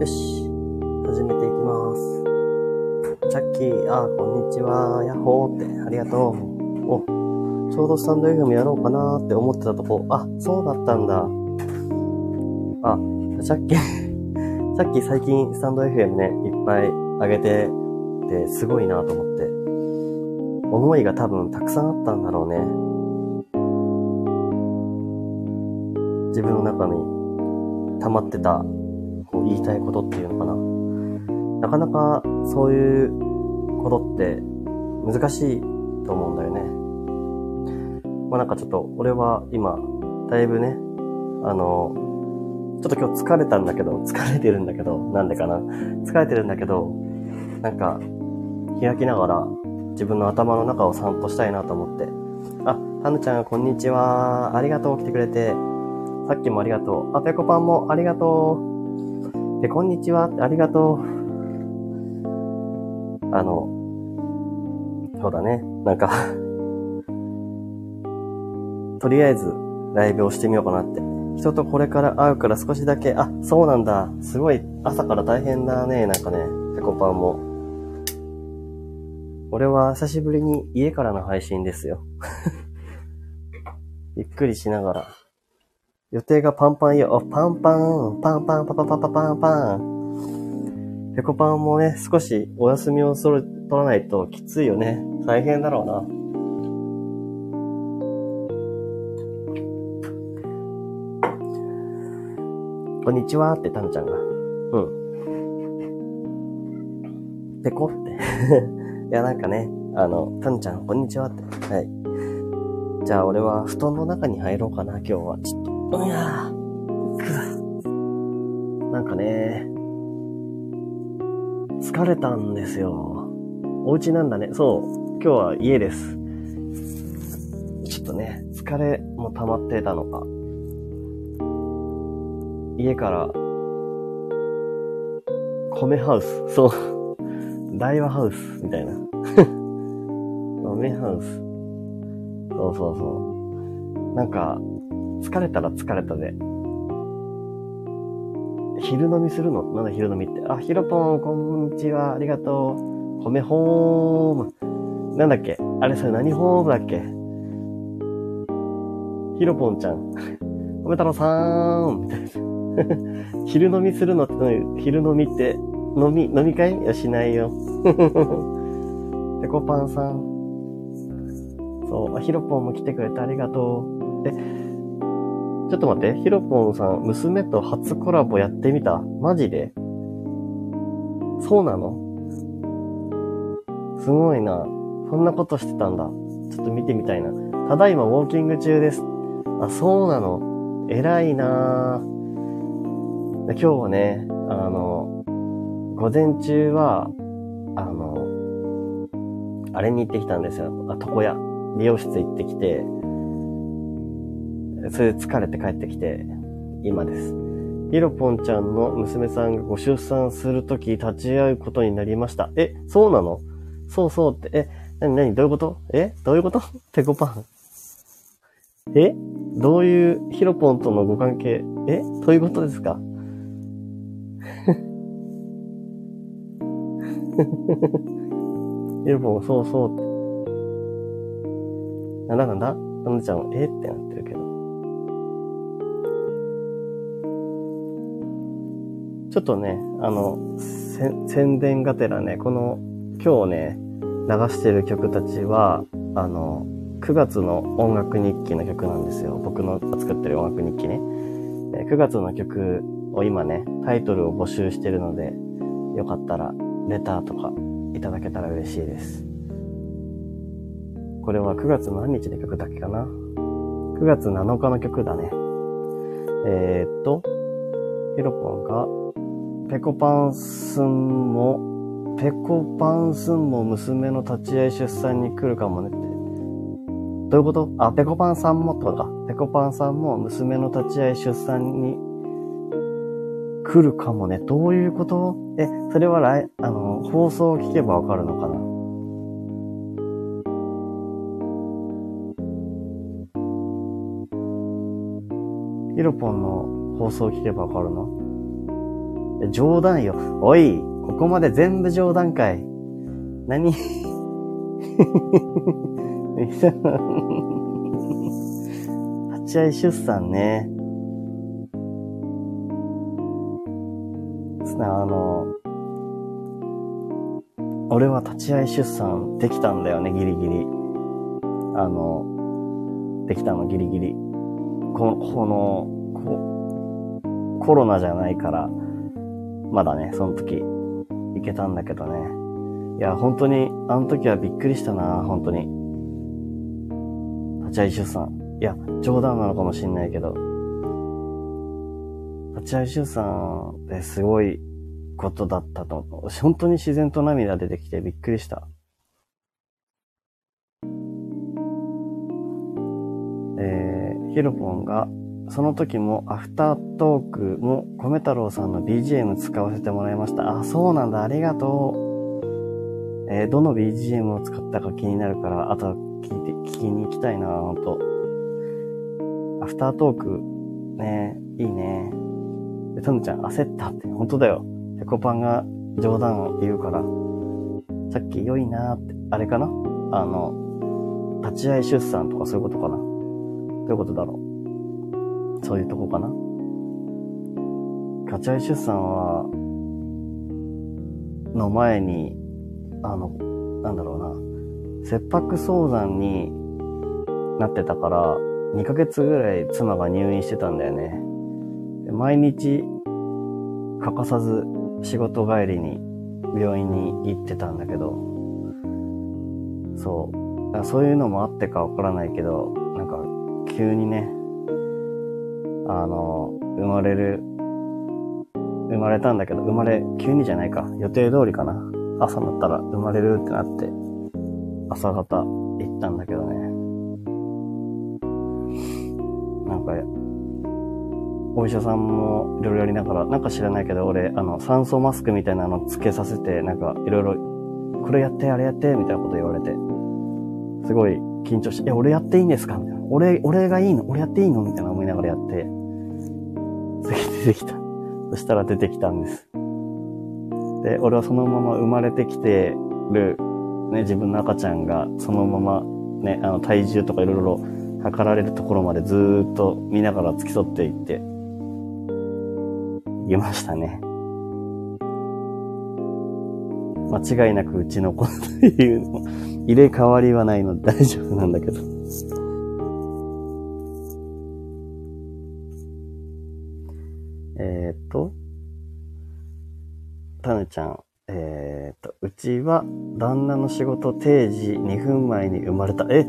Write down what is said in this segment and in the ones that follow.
よし、始めていきます。チャッキー、こんにちは、ヤッホーって、ありがとう。ちょうどスタンド FM やろうかなーって思ってたとこ、そうだったんだ。チャッキー最近スタンド FM ね、いっぱい上げてて、すごいなと思って。思いが多分たくさんあったんだろうね。自分の中に溜まってた、言いたいことっていうのかな。なかなかそういうことって難しいと思うんだよね。なんかちょっと俺は今だいぶね、ちょっと今日疲れてるんだけど、なんでかな。疲れてるんだけど、なんか開きながら自分の頭の中を散歩したいなと思って。タヌちゃんこんにちは。ありがとう来てくれて。さっきもありがとう。ペコパンもありがとう。で、こんにちはってありがとう。そうだね。なんかとりあえずライブをしてみようかなって。人とこれから会うから少しだけ、そうなんだ。すごい朝から大変だね。なんかね、ペコパンも。俺は久しぶりに家からの配信ですよ。ゆっくりしながら。予定がパンパンよ。パンパン、パンパン、パパパパパンパン。ペコパンもね、少しお休みを取らないときついよね。大変だろうな。こんにちはってタヌちゃんが。ペコって。いやなんかね、タヌちゃんこんにちはって。はい。じゃあ俺は布団の中に入ろうかな、今日は。ちょっと。なんかね、疲れたんですよ。お家なんだね。そう。今日は家です。ちょっとね、疲れも溜まってたのか。家から、米ハウス。そう。大和ハウスみたいな。米ハウス。そう。なんか、疲れたら疲れたで。昼飲みするの？なんだ昼飲みって。ひろぽん、こんにちは。ありがとう。米ホーム。なんだっけ？あれ、それ何ホームだっけ？ひろぽんちゃん。米太郎さーん。みたいな。昼飲みするのって、昼飲みって、飲み会？いや、しないよ。ペコパンさん。そう、ひろぽんも来てくれてありがとう。ちょっと待って、ひろぽんさん、娘と初コラボやってみた？マジで？そうなの？すごいな。そんなことしてたんだ。ちょっと見てみたいな。ただいまウォーキング中です。そうなの。偉いなぁ。今日はね、午前中は、あれに行ってきたんですよ。床屋。美容室行ってきて、それで疲れて帰ってきて、今です。ひろぽんちゃんの娘さんがご出産するとき立ち会うことになりました。そうなの？そうって、何どういうこと？どういうこと？ペコパン。どういうひろぽんとのご関係？どういうことですか？ひろぽん、そうって。なんだタヌちゃん、ってなってるけど。ちょっとね、宣伝がてらね、今日ね、流してる曲たちは、9月の音楽日記の曲なんですよ。僕の作ってる音楽日記ね。9月の曲を今ね、タイトルを募集してるので、よかったら、レターとかいただけたら嬉しいです。これは9月何日の曲だっけかな？ 9 月7日の曲だね。ヒロポンが、ペコパンスンも娘の立ち会い出産に来るかもねって。どういうこと？ペコパンさんもってことか。ペコパンさんも娘の立ち会い出産に来るかもね。どういうこと？それは放送を聞けばわかるのかな？ヒロポンの放送を聞けばわかるの？ 冗談よ。おい、ここまで全部冗談かい。何立ち会い出産ね。俺は立ち会い出産できたんだよね、ギリギリ。できたのギリギリ。コロナじゃないから、まだね、その時、行けたんだけどね。いや、本当に、あの時はびっくりしたな、本当に。立ち会い出産。いや、冗談なのかもしんないけど、立ち会い出産ってすごいことだったと思う。本当に自然と涙出てきてびっくりした。ヒロポンが、その時もアフタートークも米太郎さんの BGM 使わせてもらいました。あ、そうなんだ。ありがとう。どの BGM を使ったか気になるから、あとは聞きに行きたいな、ほんと。アフタートーク、ね、いいね。で、トムちゃん焦ったって、ほんとだよ。ペコパンが冗談を言うから、さっき良いなーって、あれかな？立ち会い出産とかそういうことかな？どういうことだろう。そういうとこかな。立ち会い出産は、の前に、なんだろうな、切迫早産になってたから、2ヶ月ぐらい妻が入院してたんだよね。毎日、欠かさず仕事帰りに病院に行ってたんだけど、そういうのもあってかわからないけど、なんか、急にね、生まれたんだけど、急にじゃないか。予定通りかな。朝になったら生まれるってなって、朝方行ったんだけどね。なんか、お医者さんもいろいろやりながら、なんか知らないけど、俺、酸素マスクみたいなのつけさせて、なんか、いろいろ、これやって、あれやって、みたいなこと言われて、すごい緊張して、俺やっていいんですかみたいな。俺がいいの？俺やっていいの？みたいな思いながらやって、次出てきた。そしたら出てきたんです。で、俺はそのまま生まれてきてる、ね、自分の赤ちゃんが、そのまま、ね、体重とかいろいろ測られるところまでずーっと見ながら付き添っていって、いましたね。間違いなくうちの子というのも、入れ替わりはないので大丈夫なんだけど。タヌちゃん、うちは旦那の仕事定時2分前に生まれた。え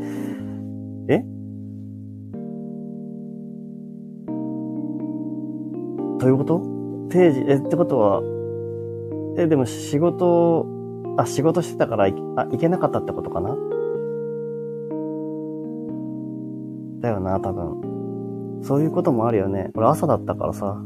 どういうこと？定時、ってことは、でも仕事してたから行けなかったってことかな？だよな、多分。そういうこともあるよね。俺朝だったからさ。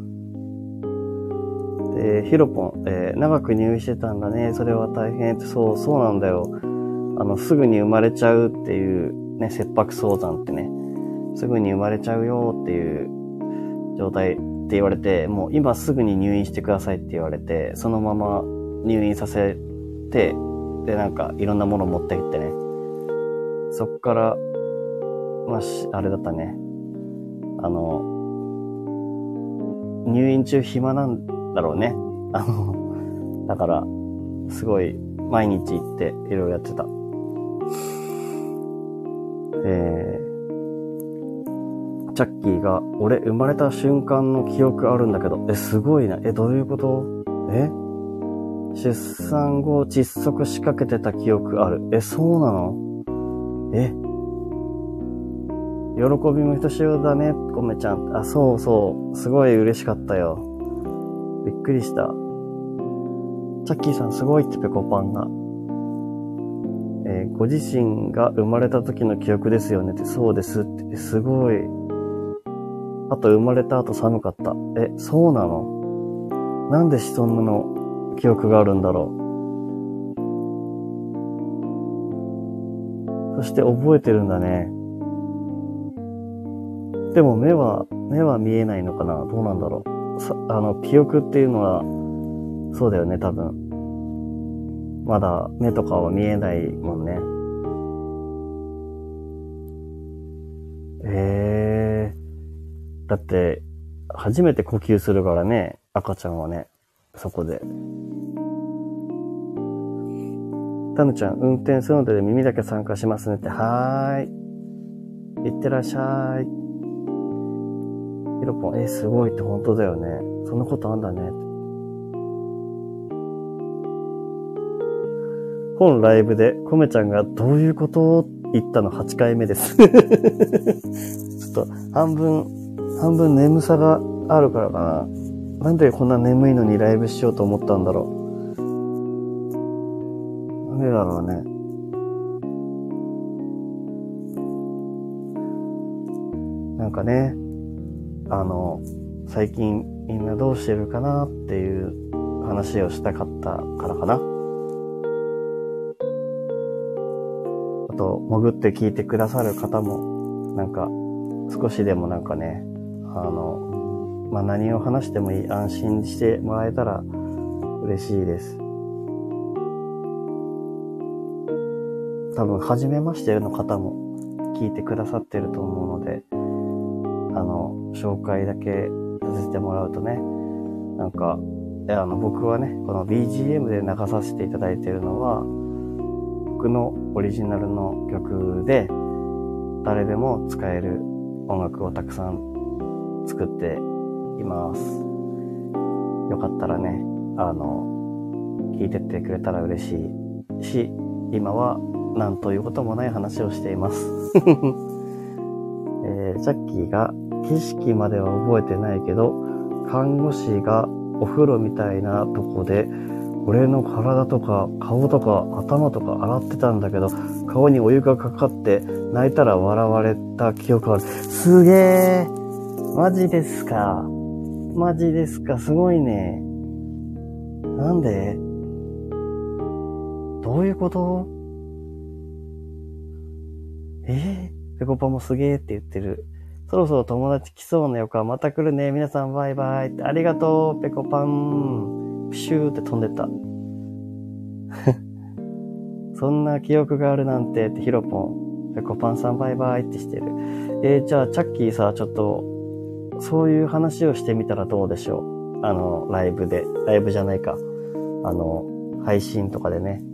で、ヒロポン、長く入院してたんだね。それは大変って、そうなんだよ。すぐに生まれちゃうっていう、ね、切迫早産ってね。すぐに生まれちゃうよっていう状態って言われて、もう今すぐに入院してくださいって言われて、そのまま入院させて、で、なんかいろんなもの持って行ってね。そっから、あれだったね。入院中暇なんだろうね。だから、すごい、毎日行って、いろいろやってた。チャッキーが、俺生まれた瞬間の記憶あるんだけど、すごいな。どういうこと？出産後窒息しかけてた記憶ある。そうなの？喜びもひとしおだね、コメちゃん。そう。すごい嬉しかったよ。びっくりした。チャッキーさんすごいってペコパンが。ご自身が生まれた時の記憶ですよねって。そうですって。すごい。あと生まれた後寒かった。そうなの？なんでそんなの記憶があるんだろう。そして覚えてるんだね。でも目は見えないのかな？どうなんだろう。記憶っていうのはそうだよね、多分。まだ目とかは見えないもんね。だって、初めて呼吸するからね、赤ちゃんはね、そこで。タヌちゃん、運転するので耳だけ参加しますねって、はーい。いってらっしゃい。ヒロポン、すごいって本当だよね。そんなことあんだね。本ライブでコメちゃんがどういうことって言ったの8回目です。ちょっと半分眠さがあるからかな。なんでこんな眠いのにライブしようと思ったんだろう。なんでだろうね。なんかね、最近みんなどうしてるかなっていう話をしたかったからかな。あと、潜って聞いてくださる方も、なんか、少しでもなんかね、何を話してもいい、安心してもらえたら嬉しいです。多分、初めましての方も聞いてくださってると思うので、紹介だけさせてもらうとね、なんか、僕はね、この BGM で流させていただいているのは、僕のオリジナルの曲で、誰でも使える音楽をたくさん作っています。よかったらね、聞いてってくれたら嬉しいし、今は何ということもない話をしています。ジャッキーが景色までは覚えてないけど、看護師がお風呂みたいなとこで俺の体とか顔とか頭とか洗ってたんだけど、顔にお湯がかかって泣いたら笑われた記憶ある。すげー。マジですか。マジですか。すごいね。なんで？どういうこと？ペコパもすげーって言ってる。そろそろ友達来そうな予感。また来るね。皆さんバイバイって。ありがとう、ペコパン。プシューって飛んでった。そんな記憶があるなんてってヒロポン。ペコパンさんバイバイってしてる。じゃあチャッキーさ、ちょっと、そういう話をしてみたらどうでしょう。ライブで。ライブじゃないか。配信とかでね。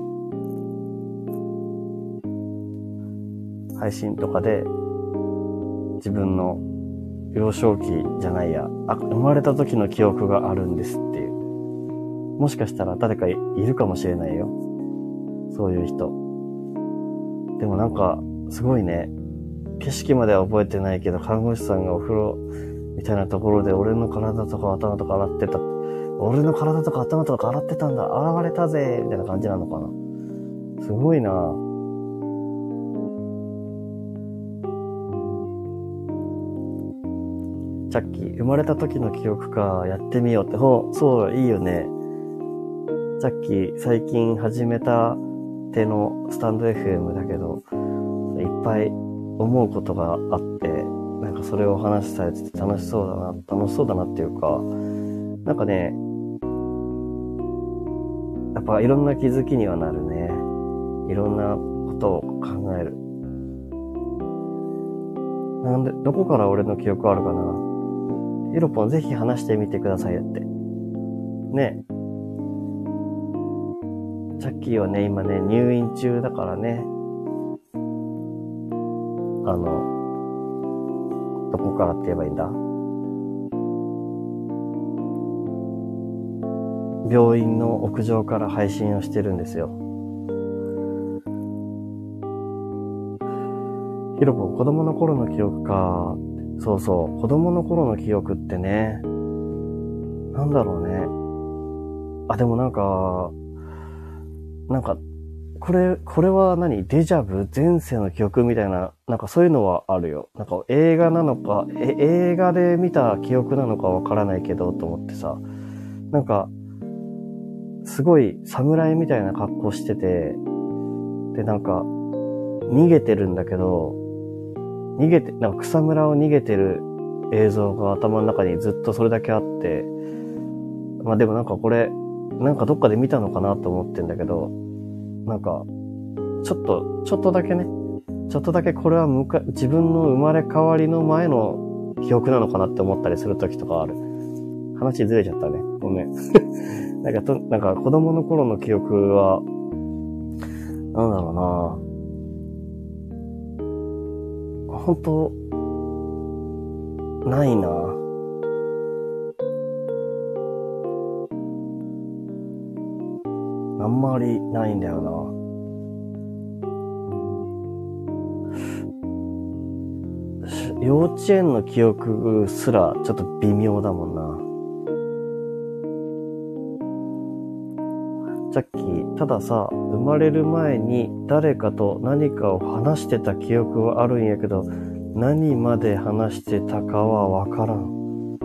配信とかで、自分の幼少期じゃないや、生まれた時の記憶があるんですっていう。もしかしたら誰かいるかもしれないよ。そういう人。でもなんか、すごいね。景色までは覚えてないけど、看護師さんがお風呂みたいなところで俺の体とか頭とか洗ってた。俺の体とか頭とか洗ってたんだ。現れたぜみたいな感じなのかな。すごいな。チャッキー、生まれた時の記憶か、やってみようって。そう、いいよね。チャッキー、最近始めた手のスタンド FM だけど、いっぱい思うことがあって、なんかそれを話されてて楽しそうだなっていうか、なんかね、やっぱいろんな気づきにはなるね。いろんなことを考える。なんで、どこから俺の記憶あるかな。ヒロポンぜひ話してみてくださいって。ね。チャッキーはね、今ね、入院中だからね。どこからって言えばいいんだ？病院の屋上から配信をしてるんですよ。ヒロポン、子供の頃の記憶か。そうそう、子供の頃の記憶ってね、なんだろうね。でもなんか、これは何？デジャブ？前世の記憶みたいな、なんかそういうのはあるよ。なんか映画なのか、映画で見た記憶なのかわからないけど、と思ってさ、なんか、すごい侍みたいな格好してて、で、なんか、逃げてるんだけど、なんか草むらを逃げてる映像が頭の中にずっとそれだけあって、でもなんかこれ、 なんかどっかで見たのかなと思ってんだけど、なんか、ちょっとだけね、ちょっとだけこれは自分の生まれ変わりの前の記憶なのかなって思ったりする時とかある。話ずれちゃったね。ごめん。なんか子供の頃の記憶は、なんだろうな。本当ないな。あんまりないんだよな。幼稚園の記憶すらちょっと微妙だもんな。ジャッキー、たださ、生まれる前に誰かと何かを話してた記憶はあるんやけど、何まで話してたかはわからん。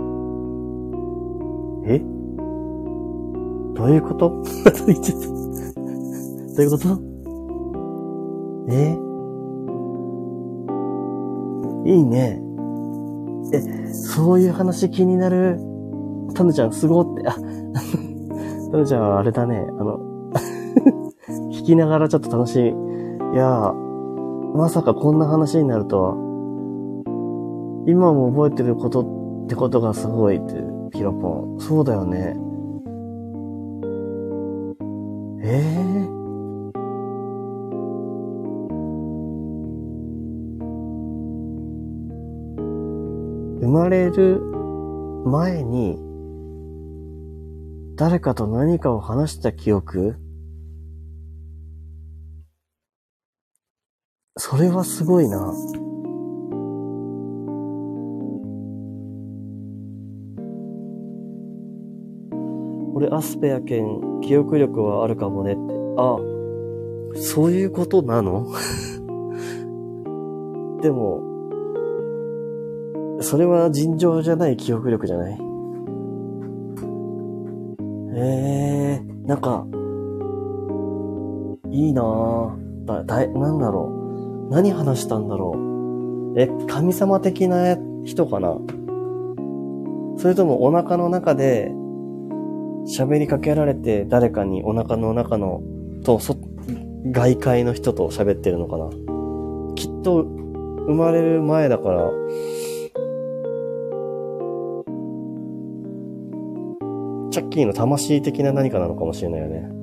え？どういうこと？どういうこと？いいね。そういう話気になる。タヌちゃんすごって、タヌちゃんはあれだね、聞きながらちょっと楽しい。いやー、まさかこんな話になるとは。今も覚えてることってことがすごいって、ヒロポン。そうだよね。生まれる前に誰かと何かを話した記憶？それはすごいな。俺アスペやけん記憶力はあるかもねって。あ、そういうことなの？でもそれは尋常じゃない記憶力じゃない？なんかいいなぁ。なんだろう。何話したんだろう。神様的な人かな？それともお腹の中で喋りかけられて誰かにお腹の中の外界の人と喋ってるのかな？きっと生まれる前だからチャッキーの魂的な何かなのかもしれないよね。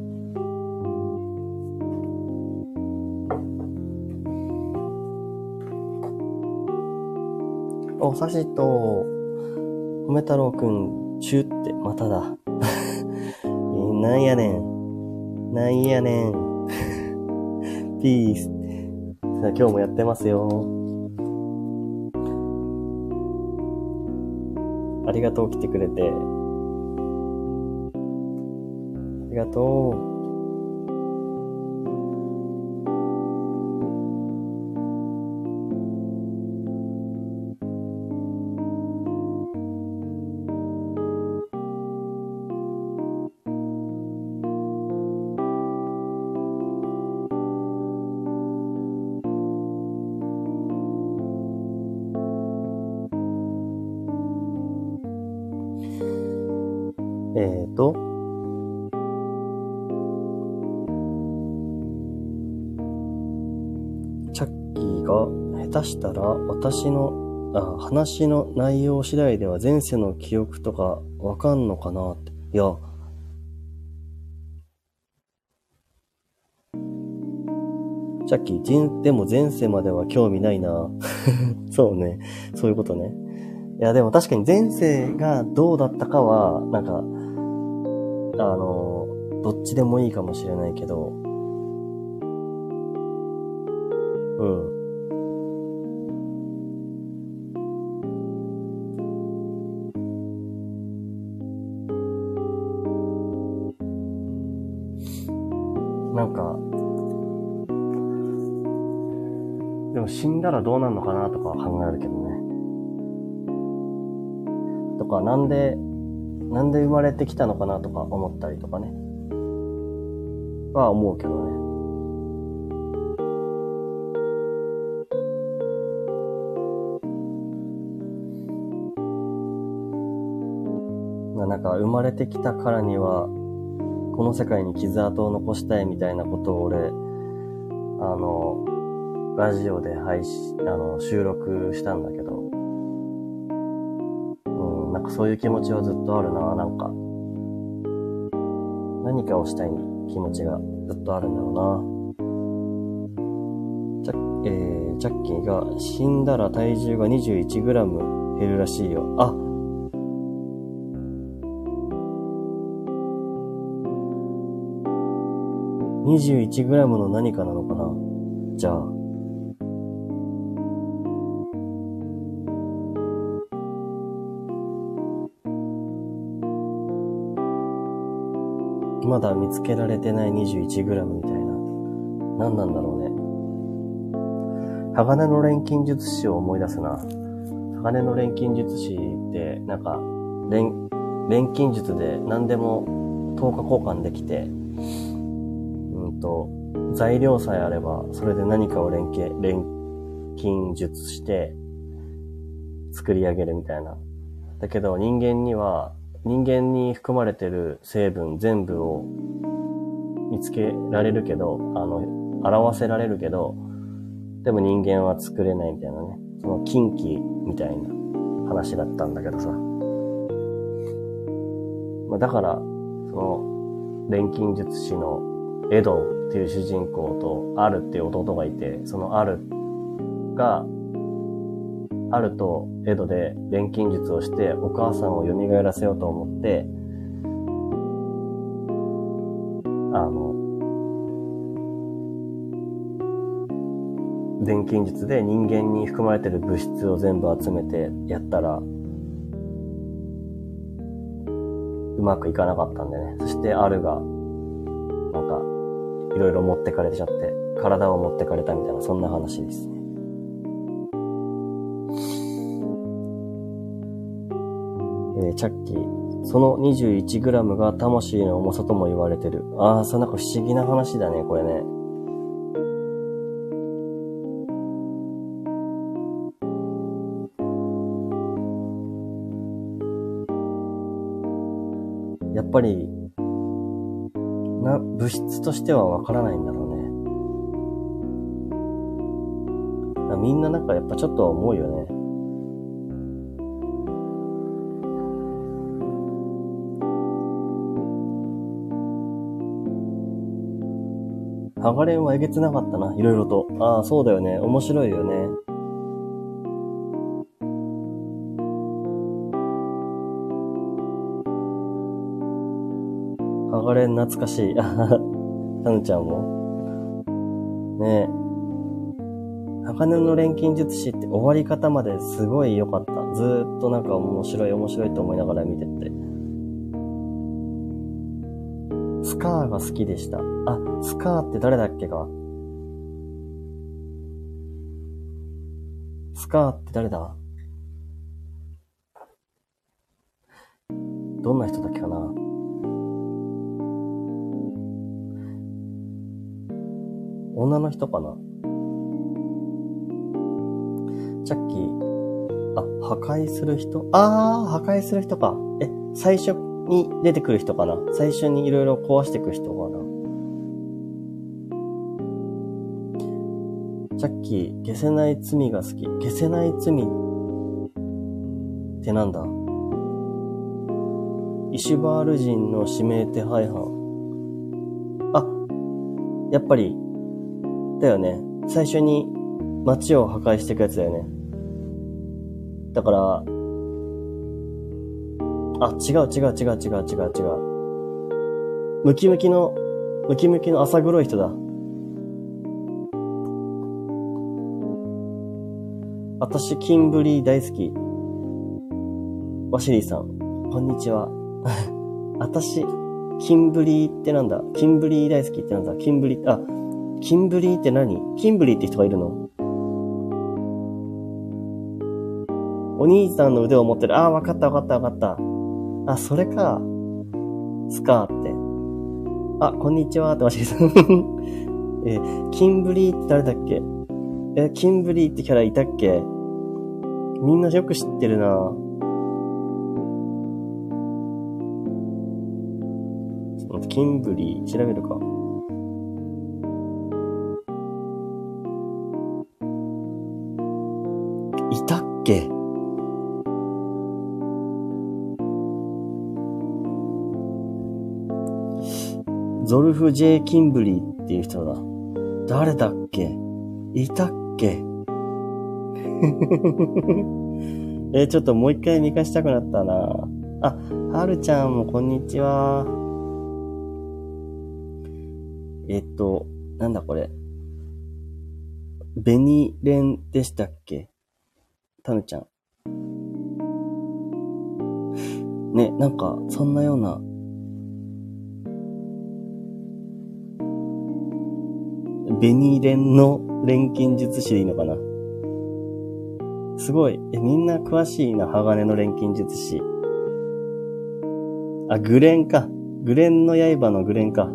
お、サシと、米太郎くん、チューって、まただ。なんやねん。なんやねん。ピース。今日もやってますよ。ありがとう、来てくれて。ありがとう。チャッキーが下手したら私の話の内容次第では前世の記憶とかわかんのかなって。いや、チャッキー、でも前世までは興味ないな。そうね。そういうことね。いや、でも確かに前世がどうだったかは、なんか、どっちでもいいかもしれないけど、うん。なんか、でも死んだらどうなるのかなとか考えるけどね。とか、なんで生まれてきたのかなとか思ったりとかね。は思うけどね。なんか生まれてきたからにはこの世界に傷跡を残したいみたいなことを俺、ラジオで収録したんだけど、なんかそういう気持ちはずっとあるな。なんか、何かをしたい気持ちがずっとあるんだろうな。チャッキーが死んだら体重が 21g 減るらしいよ。あ、21g の何かなのかな。じゃあ。まだ見つけられてない 21g みたいな。何なんだろうね。鋼の錬金術師を思い出すな。鋼の錬金術師って、なんか、錬金術で何でも10日交換できて、材料さえあれば、それで何かを錬金術して作り上げるみたいな。だけど人間に含まれてる成分全部を見つけられるけど、表せられるけど、でも人間は作れないみたいなね。その禁忌みたいな話だったんだけどさ。だから、その錬金術師のエドっていう主人公とアルっていう弟がいて、そのアルとエドで錬金術をしてお母さんを蘇らせようと思って、錬金術で人間に含まれてる物質を全部集めてやったら、うまくいかなかったんでね。そしてアルが、なんか、いろいろ持ってかれちゃって、体を持ってかれたみたいな、そんな話ですね。チャッキー。その 21g が魂の重さとも言われてる。ああ、なんか不思議な話だね、これね。やっぱり、物質としてはわからないんだろうね。みんななんかやっぱちょっとは思うよね。ハガレンはえげつなかったな、いろいろと。ああ、そうだよね。面白いよね。ハガレン懐かしい。あはは。タヌちゃんも。ねえ。鋼の錬金術師って終わり方まですごい良かった。ずーっとなんか面白いと思いながら見てて。スカーが好きでした。あ、スカーって誰だっけか。スカーって誰だ？どんな人だっけかな。女の人かな。チャッキー。あ、破壊する人？破壊する人か。最初に出てくる人かな。最初にいろいろ壊していく人かな。チャッキー、消せない罪が好き。消せない罪ってなんだ？イシュバール人の指名手配犯。あ、やっぱり、だよね。最初に街を破壊していくやつだよね。だから、違う。ムキムキの浅黒い人だ。私、キンブリー大好き。ワシリーさん、こんにちは。私、キンブリーってなんだ？キンブリー大好きってなんだ？キンブリーって何？キンブリーって人がいるの？お兄さんの腕を持ってる。わかった。それか。スカーって。こんにちはってワシリーさん。キンブリーって誰だっけ？キンブリーってキャラいたっけ？みんなよく知ってるな。 キンブリー調べるか。いたっけ？ゾルフ・ジェイ・キンブリーっていう人だ。誰だっけ？いたっけ？ちょっともう一回見返したくなったな。あ、はるちゃんもこんにちは。なんだこれ。ベニレンでしたっけ？タヌちゃん。ね、なんか、そんなような。ベニレンの錬金術師でいいのかな？すごい。みんな詳しいな、鋼の錬金術師。あ、グレンか。グレンの刃のグレンか。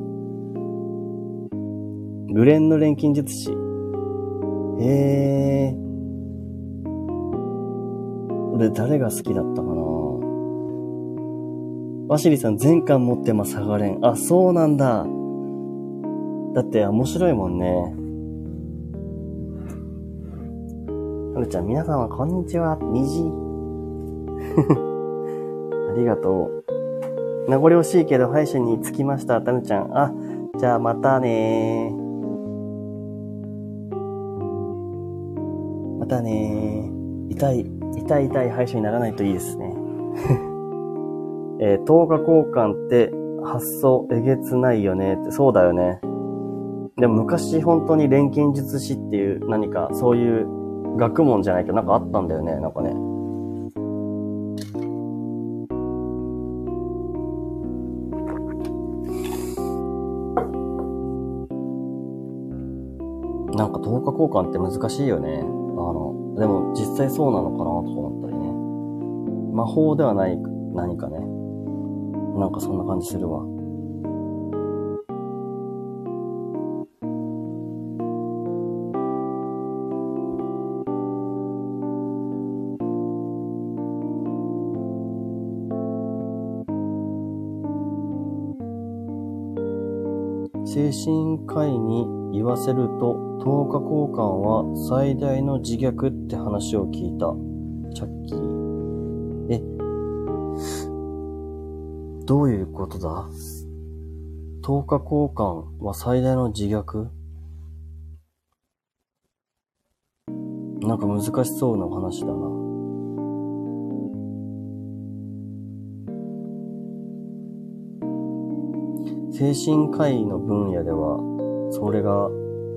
グレンの錬金術師。俺誰が好きだったかな？ワシリさん全巻持ってます、鋼。あ、そうなんだ。だって面白いもんね。はるちゃん、皆様こんにちは。虹。ありがとう。名残惜しいけど歯医者に着きました、たぬちゃん。あ、じゃあまたねー。またねー。痛い歯医者にならないといいですね。10日交換って発想えげつないよねって。そうだよね。でも昔本当に錬金術師っていう何かそういう学問じゃないけどなんかあったんだよね。なんかね。なんか10日交換って難しいよね。でも実際そうなのかなとか思ったりね。魔法ではない何かね。なんかそんな感じするわ。精神科医に言わせると、10日交換は最大の自虐って話を聞いた。チャッキー。どういうことだ？ 10 日交換は最大の自虐？なんか難しそうな話だな。精神科医の分野では、それが、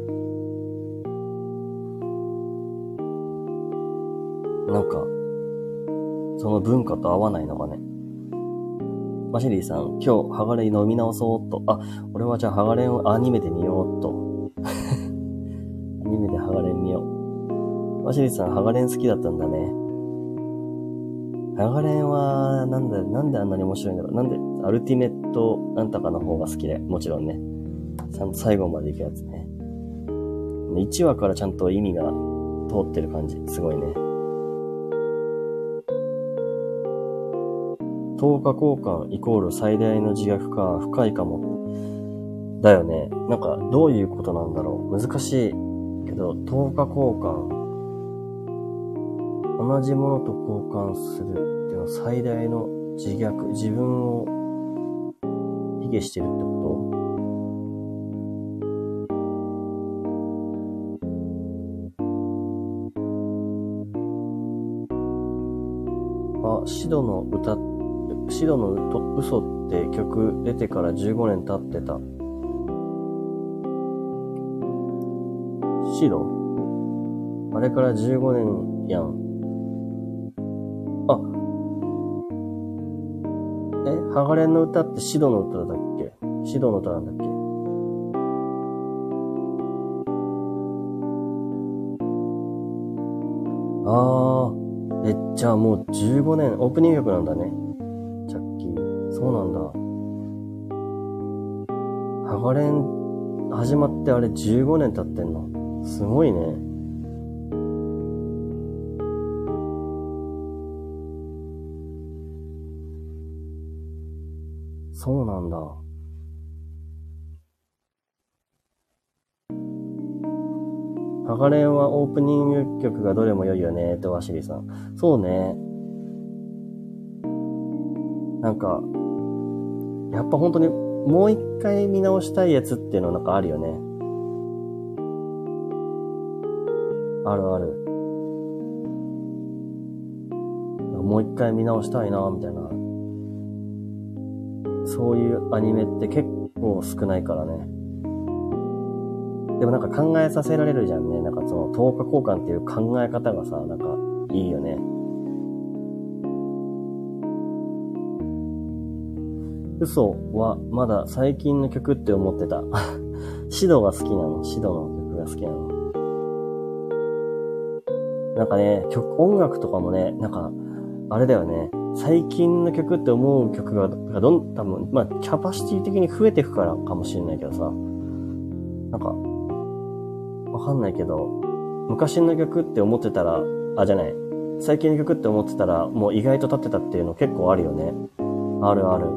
なんか、その文化と合わないのかね。マシリーさん、今日、ハガレン飲み直そうっと。あ、俺はじゃあハガレンをアニメで見ようっと。アニメでハガレン見よう。マシリーさん、ハガレン好きだったんだね。ハガレンは、なんであんなに面白いんだろう。なんで、アルティメットなんとかの方が好きで、もちろんね。ちゃんと最後まで行くやつね。1話からちゃんと意味が通ってる感じ。すごいね。10日交換イコール最大の自虐か、深いかも。だよね。なんか、どういうことなんだろう。難しいけど、10日交換。同じものと交換するっていうのは最大の自虐。自分を卑下してるってこと？シドの嘘って曲出てから15年経ってた。シド？あれから15年やん。ハガレンの歌ってシドの歌だっけ？シドの歌なんだっけ？じゃあもう15年、オープニング曲なんだね。チャッキー。そうなんだ。ハガレン始まってあれ15年経ってんの？すごいね。そうなんだ。 ハガレンはオープニング曲がどれも良いよねってワシリさん。そうね。なんか、やっぱ本当にもう一回見直したいやつっていうのなんかあるよね。あるある。もう一回見直したいなみたいな。そういうアニメって結構少ないからね。でもなんか考えさせられるじゃんね。なんかその10日交換っていう考え方がさ、なんかいいよね。嘘はまだ最近の曲って思ってた。シドが好きなの。シドの曲が好きなの。なんかね、音楽とかもね、なんか、あれだよね。最近の曲って思う曲が多分、まあ、キャパシティ的に増えていくからかもしれないけどさ。なんか、わかんないけど、昔の曲って思ってたら、じゃない。最近の曲って思ってたら、もう意外と経ってたっていうの結構あるよね。あるある。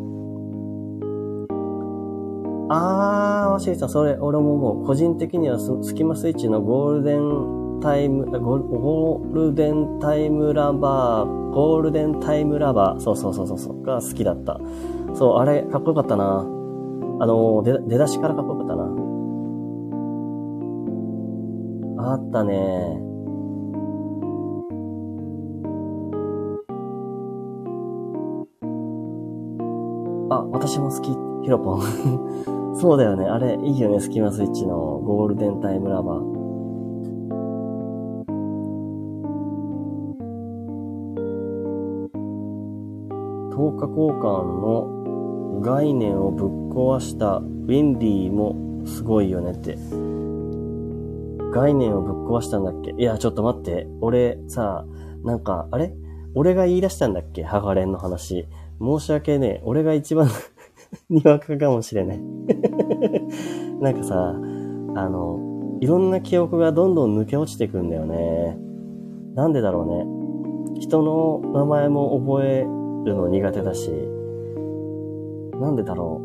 わしりさん、それ、俺ももう個人的にはスキマスイッチのゴールデンタイムラバー、そう、が好きだった。そう、あれ、かっこよかったな。出だしからかっこよかったな。あったね。私も好き、ヒロポン。そうだよね。あれ、いいよね。スキマスイッチのゴールデンタイムラバー。10日交換の概念をぶっ壊したウィンリーもすごいよねって。概念をぶっ壊したんだっけ？いや、ちょっと待って。俺さ、なんか、あれ？俺が言い出したんだっけ？ハガレンの話。申し訳ねえ。俺が一番にわかかもしれない。なんかさ、いろんな記憶がどんどん抜け落ちていくんだよね。なんでだろうね。人の名前も覚えるの苦手だし、なんでだろ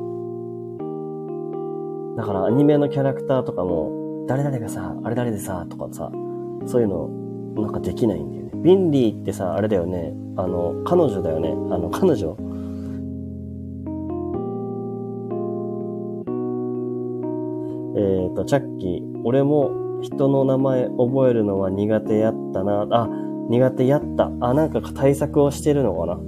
う。だからアニメのキャラクターとかも、誰々がさ、あれ誰でさ、とかさ、そういうの、なんかできないんだよね。ウィンリーってさ、あれだよね。彼女だよね。彼女。チャッキー。俺も人の名前覚えるのは苦手やったな。苦手やった。なんか対策をしてるのかな。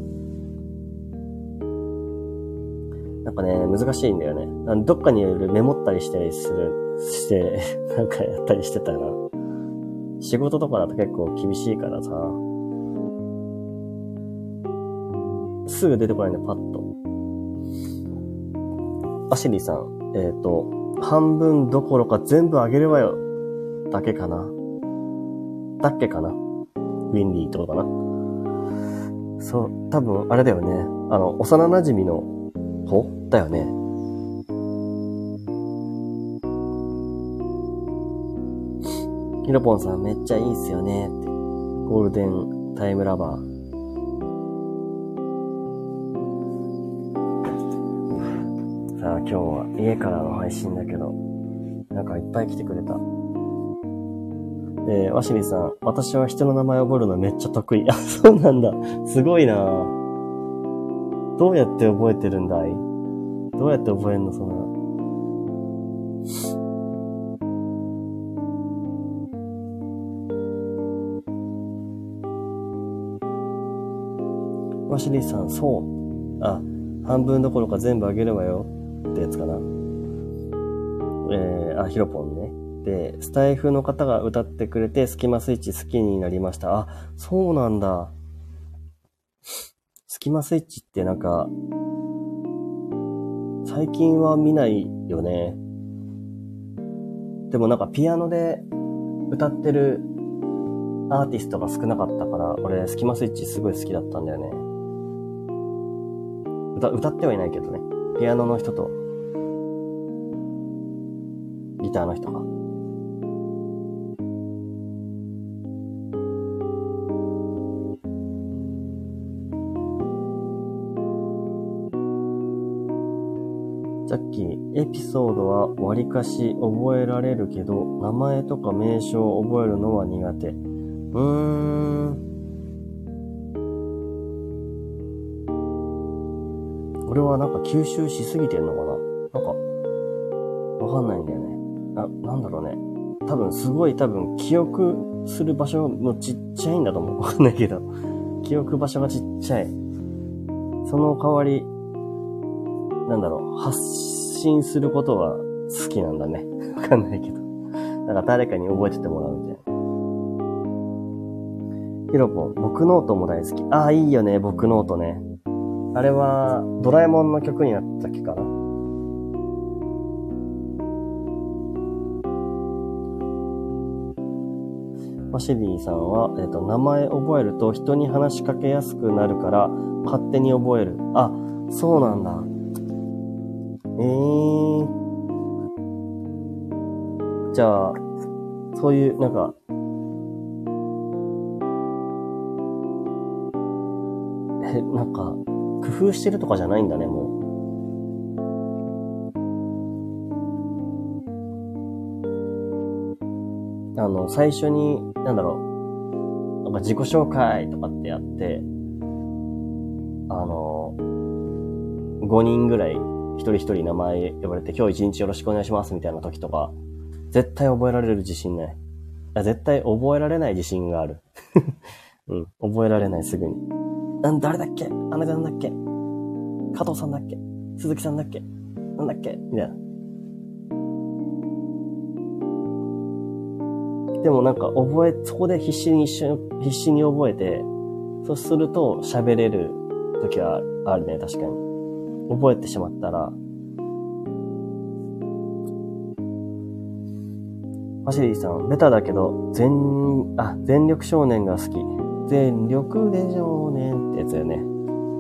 なんかね、難しいんだよね。どっかにメモったりして、なんかやったりしてたな。仕事とかだと結構厳しいからさ。すぐ出てこないんだよ、パッと。アシリーさん、半分どころか全部あげるわよ。だっけかな。ウィンリーってことかな。そう、多分、あれだよね。幼馴染の子だよね。ヒロポンさんめっちゃいいっすよねって。ゴールデンタイムラバー。さあ今日は家からの配信だけど、なんかいっぱい来てくれた。ワシリさん、私は人の名前覚えるのめっちゃ得意。そうなんだ。すごいな。どうやって覚えてるんだい？どうやって覚えんのそんな。ワシリさん、そう。半分どころか全部あげるわよ。ってやつかな。ヒロポンね。で、スタイフの方が歌ってくれて、スキマスイッチ好きになりました。そうなんだ。スキマスイッチってなんか、最近は見ないよね。でもなんかピアノで歌ってるアーティストが少なかったから、俺スキマスイッチすごい好きだったんだよね。歌ってはいないけどね。ピアノの人と、ギターの人が。 さっきエピソードは割かし覚えられるけど、名前とか名称を覚えるのは苦手。俺はなんか吸収しすぎてんのかな、なんか、わかんないんだよね。なんだろうね。多分記憶する場所もちっちゃいんだと思う。わかんないけど。記憶場所がちっちゃい。その代わり、発信することは好きなんだね。わかんないけど。だから誰かに覚えててもらうみたいな。ヒロポン、僕ノートも大好き。いいよね、僕ノートね。あれは、ドラえもんの曲になったっけかな。マシリーさんは、名前覚えると人に話しかけやすくなるから、勝手に覚える。そうなんだ。じゃあ、そういう、工夫してるとかじゃないんだね、もう。最初に、自己紹介とかってやって、5人ぐらい、一人一人名前呼ばれて、今日一日よろしくお願いしますみたいな時とか、絶対覚えられる自信ない。絶対覚えられない自信がある。覚えられない、すぐに。誰だっけ？あなたなんだっけ？加藤さんだっけ？鈴木さんだっけ？なんだっけ？みたいな。でもそこで必死に覚えて、そうすると喋れる時はあるね、確かに。覚えてしまったら。マシリーさん、ベタだけど、全力少年が好き。全力で少年ってやつだよね。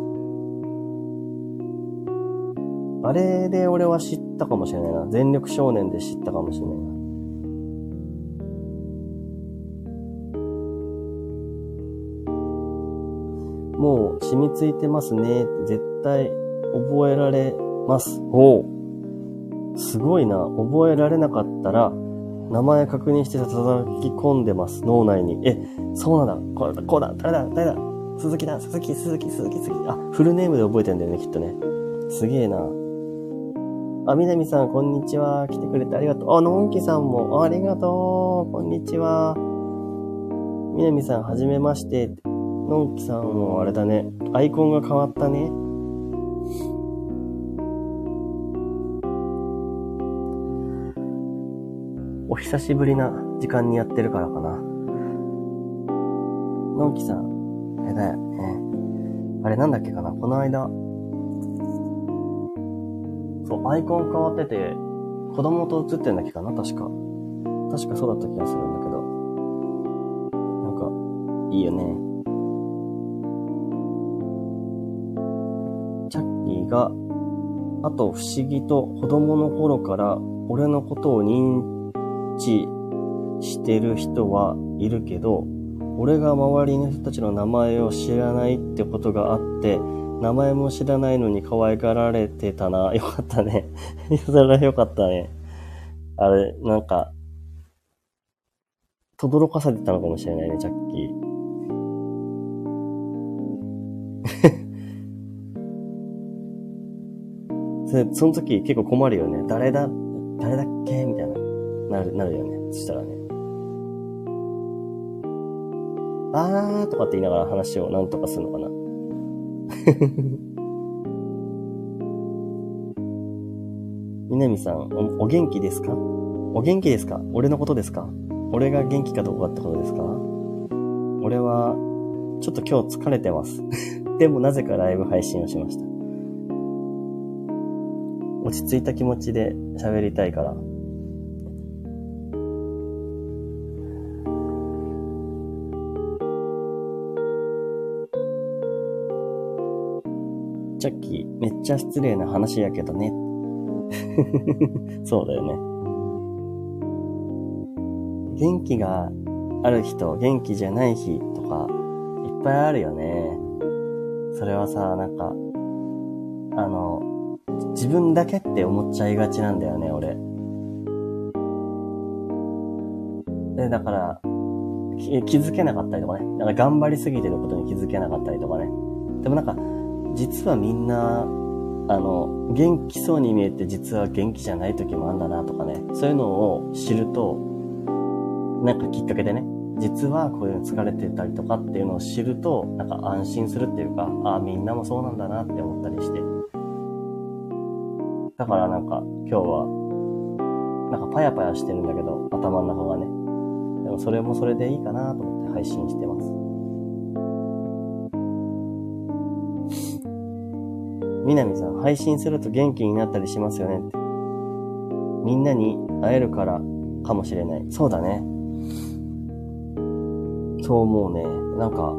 あれで俺は知ったかもしれないな。全力少年で知ったかもしれないな。もう染みついてますねって絶対覚えられます。すごいな。覚えられなかったら名前確認して叩き込んでます。脳内に。そうなんだ。こうだ。誰だ。鈴木。フルネームで覚えてんだよね、きっとね。すげえな。みなみさん、こんにちは。来てくれてありがとう。のんきさんも、ありがとう。こんにちは。みなみさん、はじめまして。のんきさんもあれだね。アイコンが変わったね。お久しぶりな時間にやってるからかな。のんきさん、あれだよね。あれなんだっけかな、この間。そう、アイコン変わってて、子供と写ってんだっけかな、確かそうだった気がするんだけど。いいよね。チャッキーが、あと不思議と子供の頃から俺のことを認知してる人はいるけど、俺が周りの人たちの名前を知らないってことがあって、名前も知らないのに可愛がられてたな。よかったね。それはよかったね。あれ、轟かせてたのかもしれないね、チャッキー。その時結構困るよね。誰だっけみたいな。なるよね。そしたらね。とかって言いながら話をなんとかするのかな。みなみさん、お元気ですか？お元気ですか？俺のことですか？俺が元気かどうかってことですか？俺は、ちょっと今日疲れてます。でもなぜかライブ配信をしました。落ち着いた気持ちで喋りたいから。チャッキー、めっちゃ失礼な話やけどね。そうだよね。元気がある日と元気じゃない日とかいっぱいあるよね。それはさ、 自分だけって思っちゃいがちなんだよね、俺。で、だから、気づけなかったりとかね。なんか頑張りすぎてることに気づけなかったりとかね。でもなんか、実はみんな、元気そうに見えて実は元気じゃない時もあんだなとかね。そういうのを知ると、なんかきっかけでね、実はこういうの疲れてたりとかっていうのを知ると、なんか安心するっていうか、みんなもそうなんだなって思ったりして。だからなんか今日は、なんかパヤパヤしてるんだけど、頭の中がね。でもそれもそれでいいかなと思って配信してます。みなみさん、配信すると元気になったりしますよねって。みんなに会えるからかもしれない。そうだね。そう思うね。なんか、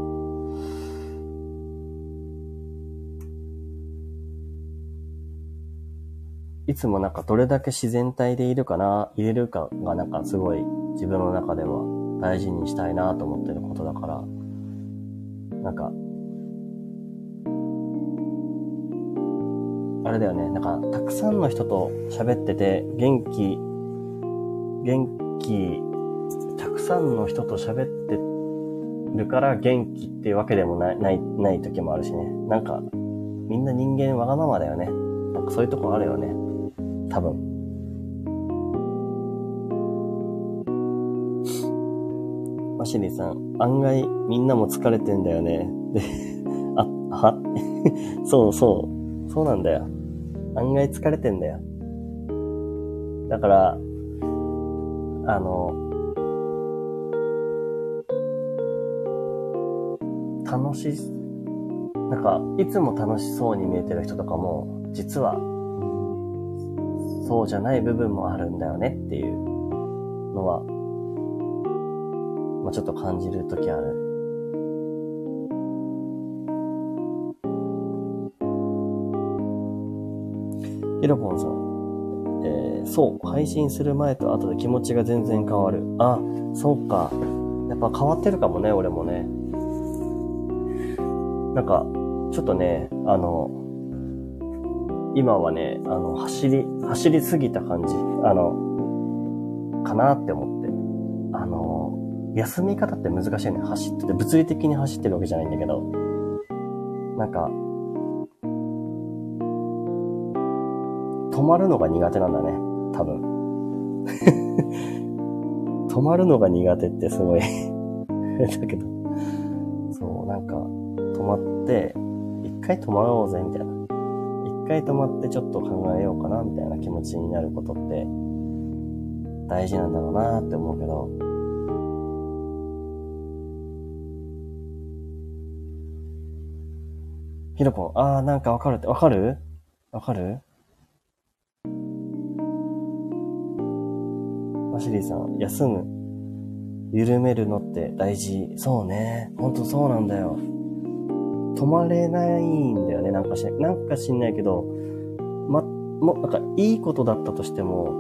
いつもなんかどれだけ自然体でいれるかがなんかすごい自分の中では大事にしたいなと思ってることだから、なんか、あれだよね。なんか、たくさんの人と喋ってて、たくさんの人と喋ってるから元気っていうわけでもない時もあるしね。なんか、みんな人間わがままだよね。なんかそういうとこあるよね。多分。マシリーさん、案外みんなも疲れてんだよね。で、そうなんだよ。案外疲れてんだよ。だから、なんか、いつも楽しそうに見えてる人とかも、実は、そうじゃない部分もあるんだよねっていうのは、ちょっと感じるときある。ヒロポンさん、そう、配信する前と後で気持ちが全然変わる。そうか。やっぱ変わってるかもね、俺もね。なんか、ちょっとね、今はね、走りすぎた感じ、かなって思って。休み方って難しいね。走ってて、物理的に走ってるわけじゃないんだけど、なんか、止まるのが苦手なんだね、多分。止まるのが苦手ってすごいだけど、そう、なんか、止まって、一回止まろうぜ、みたいな。一回止まってちょっと考えようかな、みたいな気持ちになることって、大事なんだろうなって思うけど、ヒロポン、なんかわかるって、わかるマシリーさん、休む。緩めるのって大事。そうね。ほんとそうなんだよ。止まれないんだよね。なんか知んないけど、なんかいいことだったとしても、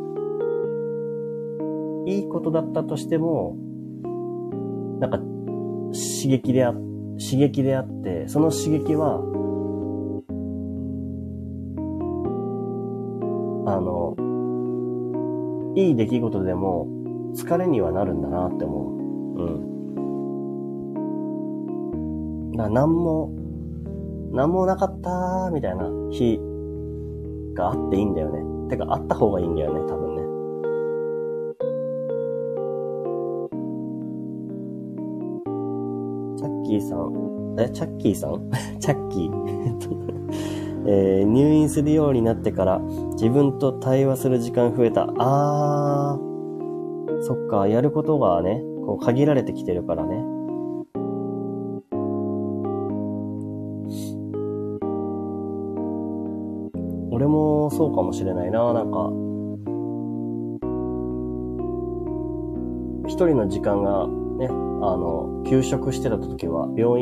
なんか刺激であって、その刺激は、いい出来事でも疲れにはなるんだなって思う。だからなんもなかったーみたいな日があっていいんだよね。てかあった方がいいんだよね、多分ね。チャッキーさん入院するようになってから自分と対話する時間増えた。そっか、やることがね、こう限られてきてるからね。俺もそうかもしれないな。なんか、一人の時間がね、休職してた時は、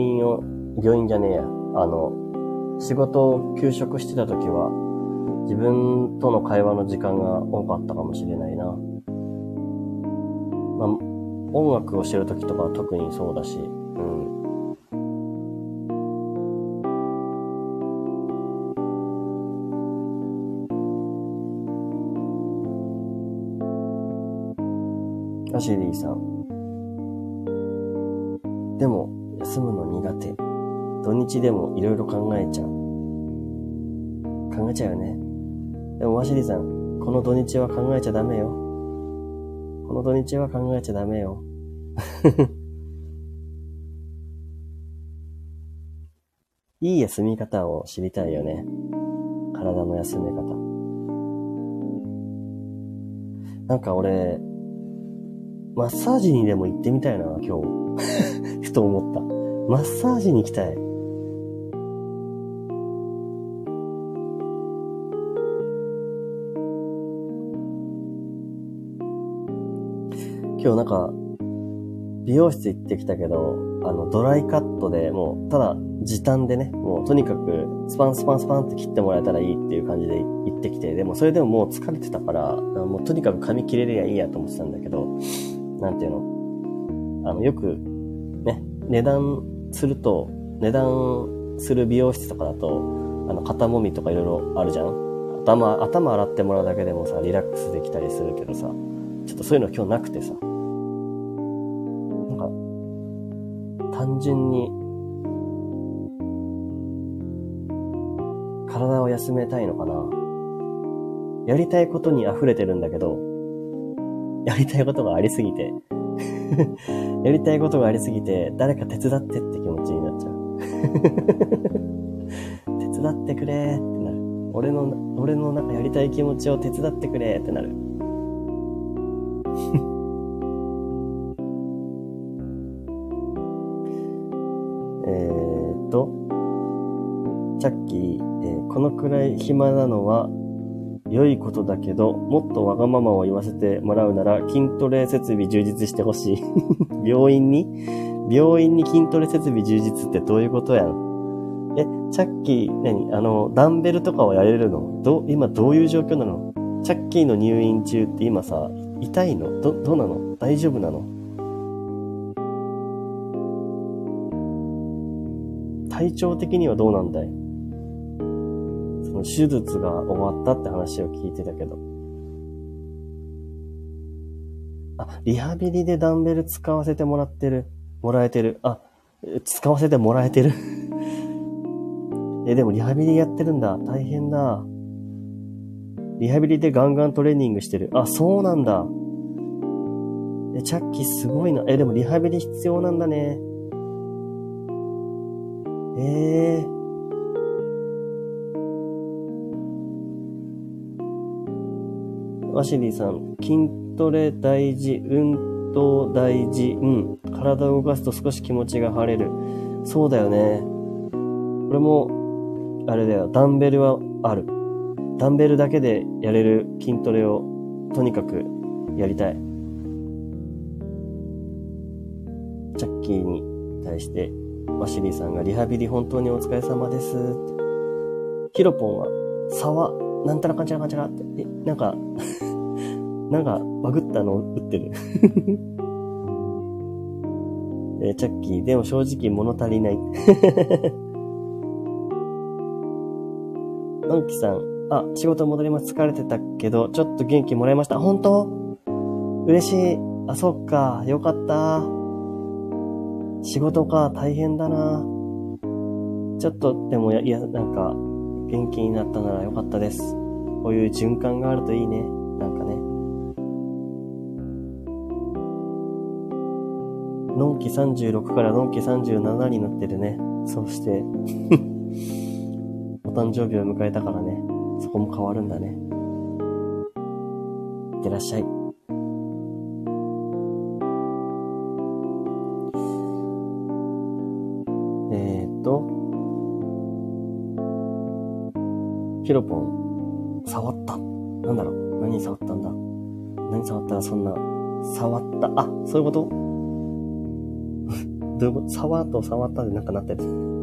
仕事を休職してた時は、自分との会話の時間が多かったかもしれないな。音楽をしてる時とかは特にそうだし、 アシュリーさん。でも、休むの苦手。土日でもいろいろ考えちゃう。考えちゃうよね。でも、アシュリーさん、この土日は考えちゃダメよ。この土日は考えちゃダメよ。いい休み方を知りたいよね。体の休め方。なんか俺、マッサージにでも行ってみたいな、今日。ふと思った。マッサージに行きたい。今日なんか、美容室行ってきたけど、ドライカットでもう、ただ時短でね、もうとにかくスパンスパンスパンって切ってもらえたらいいっていう感じで行ってきて、でもそれでももう疲れてたから、もうとにかく髪切れりゃいいやと思ってたんだけど、なんていうの？よく、ね、値段する美容室とかだと、肩もみとかいろいろあるじゃん？頭洗ってもらうだけでもさ、リラックスできたりするけどさ、ちょっとそういうの今日なくてさ、単純に体を休めたいのかな。やりたいことに溢れてるんだけど、やりたいことがありすぎてやりたいことがありすぎて誰か手伝ってって気持ちになっちゃう手伝ってくれーってなる。俺のなんかやりたい気持ちを手伝ってくれーってなるチャッキー、このくらい暇なのは良いことだけど、もっとわがままを言わせてもらうなら筋トレ設備充実してほしい病院に筋トレ設備充実ってどういうことやん。チャッキー、ダンベルとかはやれるの？今どういう状況なの？チャッキーの入院中って今さ、痛いの？どうなの？大丈夫なの？体調的にはどうなんだい？その手術が終わったって話を聞いてたけど。リハビリでダンベル使わせてもらえてる。使わせてもらえてるでもリハビリやってるんだ。大変だ。リハビリでガンガントレーニングしてる。そうなんだ。チャッキーすごいな。でもリハビリ必要なんだね。ワシリーさん、筋トレ大事、運動大事、体を動かすと少し気持ちが晴れる。そうだよね。俺も、あれだよ、ダンベルはある。ダンベルだけでやれる筋トレを、とにかくやりたい。チャッキーに対して、ワシリーさんがリハビリ本当にお疲れ様ですって。ヒロポンは、沢、なんたらかんちゃらかんちゃらって、なんかバグったのを打ってるチャッキー、でも正直物足りない。のんきさん、仕事戻ります。疲れてたけど、ちょっと元気もらいました。本当？嬉しい。そっか。よかった。仕事か。大変だな。ちょっと、でも、なんか、元気になったならよかったです。こういう循環があるといいね。なんかね。のんき36からのんき37になってるね。そして、お誕生日を迎えたからね。そこも変わるんだね。いってらっしゃい。ヒロポン、触った。なんだろう？何触ったんだ？何触ったらそんな、触った。そういうことどういうこと？触ったでなんかなってる。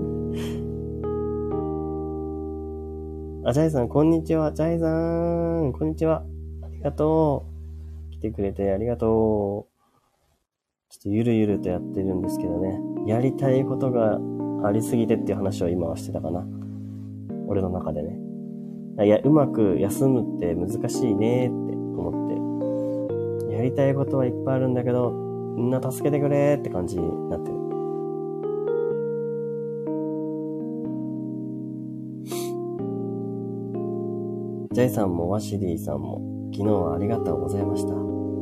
ジャイさん、こんにちは。ジャイさん、こんにちは。ありがとう。来てくれてありがとう。ちょっとゆるゆるとやってるんですけどね。やりたいことがありすぎてっていう話を今はしてたかな。俺の中でね。うまく休むって難しいねって思って。ややりたいことはいっぱいあるんだけど、みんな助けてくれって感じになってる。ジャイさんもワシリーさんも昨日はありがとうございました。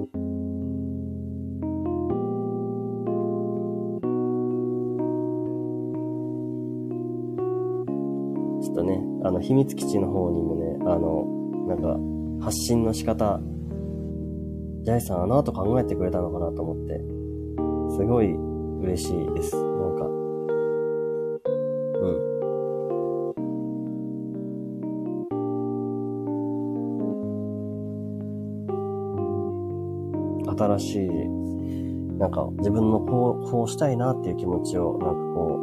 ちょっとね、秘密基地の方にもね、なんか、発信の仕方、ジャイさん後考えてくれたのかなと思って、すごい嬉しいです。なんか、新しい、なんか自分のこうしたいなっていう気持ちを、なんかこ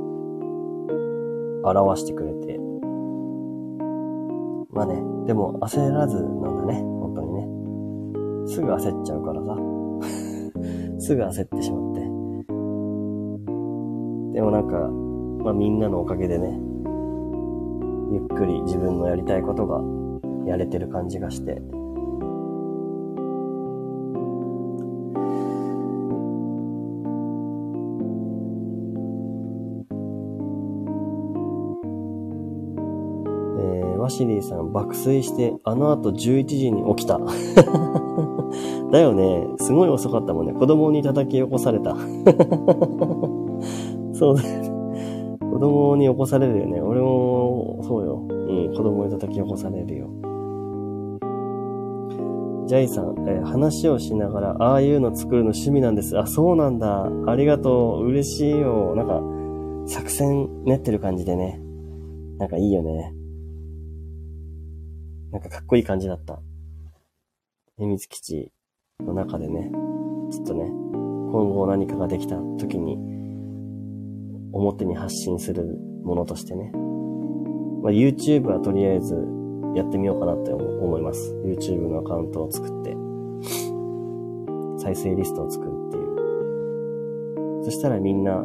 う、表してくれて。まあね、でも焦らずなんだね、本当にね。すぐ焦っちゃうからさ。すぐ焦ってしまって。でもなんか、まあみんなのおかげでね、ゆっくり自分のやりたいことがやれてる感じがして。ワシリーさん爆睡して後11時に起きた。だよね。すごい遅かったもんね。子供に叩き起こされた。そうだよね。子供に起こされるよね。俺も、そうよ。子供に叩き起こされるよ。ジャイさん、話をしながら、ああいうの作るの趣味なんです。あ、そうなんだ。ありがとう。嬉しいよ。なんか、作戦練ってる感じでね。なんかいいよね。なんかかっこいい感じだった。秘密基地の中でね、ちょっとね、今後何かができた時に、表に発信するものとしてね。まあ、YouTube はとりあえずやってみようかなって思います。YouTube のアカウントを作って、再生リストを作るっていう。そしたらみんな、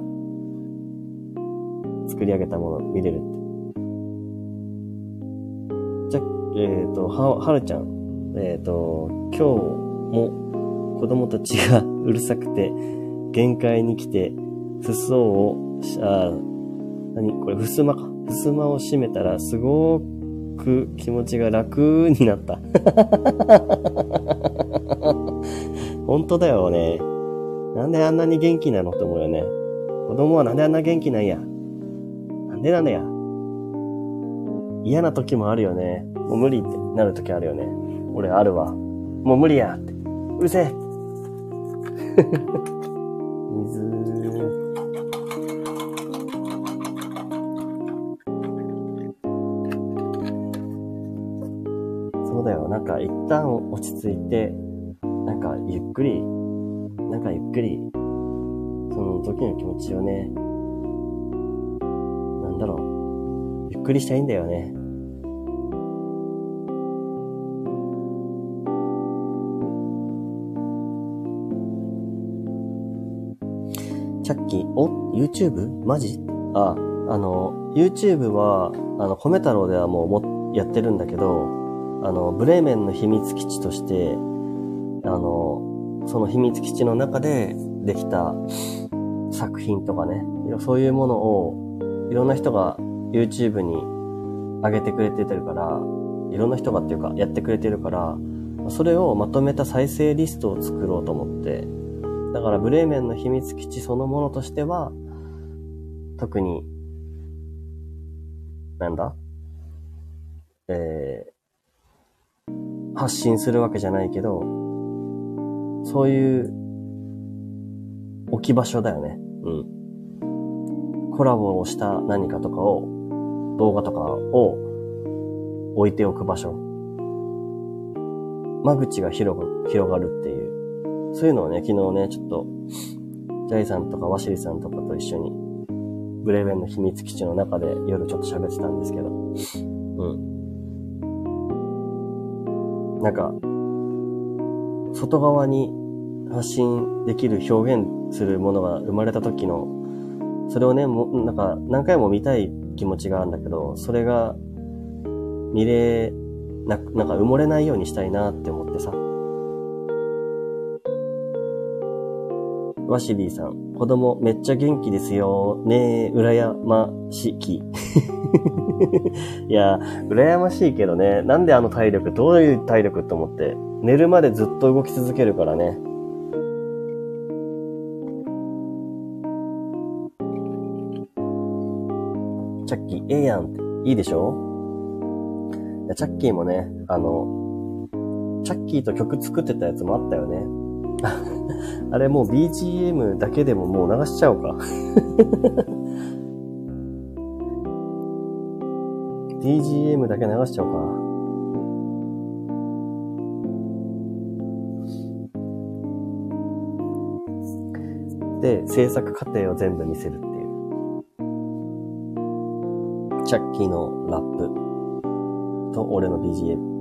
作り上げたもの見れるって。じゃ、はるちゃん。今日も子供たちがうるさくて、限界に来て、裾を、これ、襖か。襖を閉めたら、すごく気持ちが楽になった。本当だよね。なんであんなに元気なのって思うよね。子供はなんであんな元気なんや。なんでなんだや。嫌な時もあるよね。もう無理ってなる時あるよね。俺あるわ。もう無理やって。うるせえ。水。そうだよ。なんか一旦落ち着いて、なんかゆっくり、その時の気持ちをね、なんだろう。ゆっくりしたいんだよね。チャッキー、YouTube? マジ？YouTube は、米太郎ではもうやってるんだけど、ブレーメンの秘密基地として、その秘密基地の中でできた作品とかね、そういうものを、いろんな人が YouTube に上げてくれてるから、いろんな人がっていうか、やってくれてるから、それをまとめた再生リストを作ろうと思って、だからブレーメンの秘密基地そのものとしては、特に、発信するわけじゃないけど、そういう置き場所だよね。コラボをした何かとかを、動画とかを置いておく場所。間口が広がるっていう。そういうのをね、昨日ね、ちょっと、ジャイさんとかワシリさんとかと一緒に、ブレーメンの秘密基地の中で夜ちょっと喋ってたんですけど、なんか、外側に発信できる表現するものが生まれた時の、それをね、なんか何回も見たい気持ちがあるんだけど、それがなんか埋もれないようにしたいなって思ってさ。 ワシリーさん、子供めっちゃ元気ですよ。ねえ、羨ましき。いや、羨ましいけどね。なんであの体力、どういう体力って思って。寝るまでずっと動き続けるからね。チャッキー、ええやんって。いいでしょ？チャッキーもね、チャッキーと曲作ってたやつもあったよね。あれもう BGM だけでももう流しちゃおうか。BGM だけ流しちゃおうかな。で、制作過程を全部見せるっていう。チャッキーのラップと俺の BGM。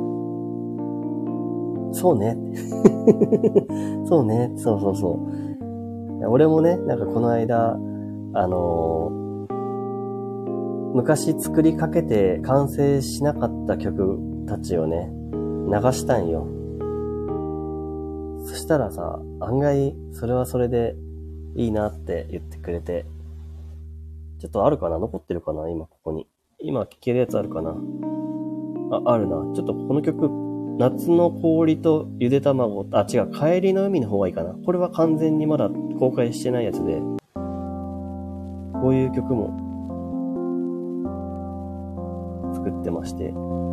そうね。そうね。そうそうそう。俺もね、なんかこの間、昔作りかけて完成しなかった曲たちをね、流したんよ。そしたらさ、案外、それはそれでいいなって言ってくれて、ちょっとあるかな？残ってるかな？今ここに。今聴けるやつあるかな？あるな。ちょっとこの曲、夏の氷とゆで卵、違う、帰りの海の方がいいかな。これは完全にまだ公開してないやつで、こういう曲も作ってまして。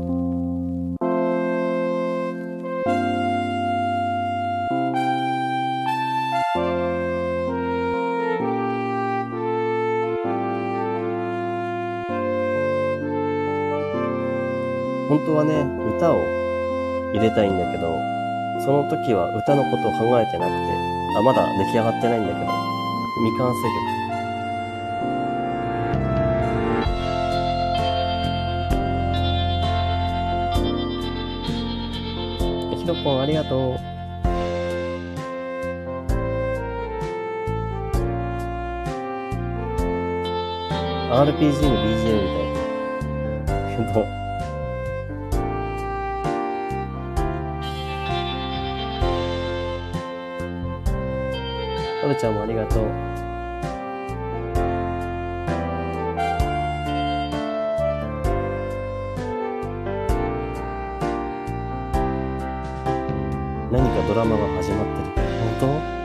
本当はね、歌を入れたいんだけど、その時は歌のことを考えてなくて、まだ出来上がってないんだけど、未完成曲。ひろぽんありがとう。RPG の BGM みたい。トルちゃんもありがとう。何かドラマが始まってる。本当？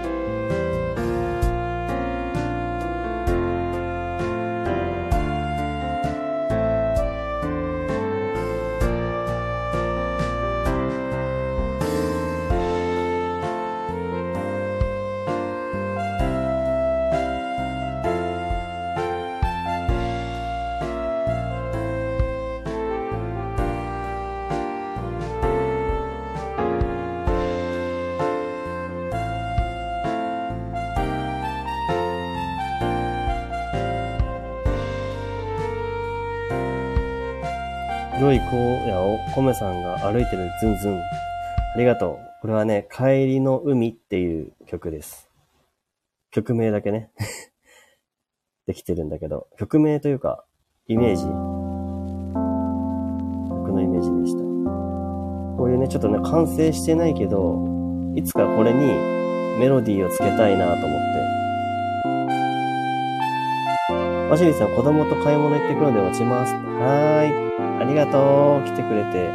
黒い荒野をコメさんが歩いてるズンズン。ありがとう。これはね、帰りの海っていう曲です。曲名だけね。できてるんだけど、曲名というか、イメージ。曲のイメージでした。こういうね、ちょっとね、完成してないけど、いつかこれにメロディーをつけたいなと思って。ワシリさん、子供と買い物行ってくるので待ちます。はーい。ありがとう。来てくれて。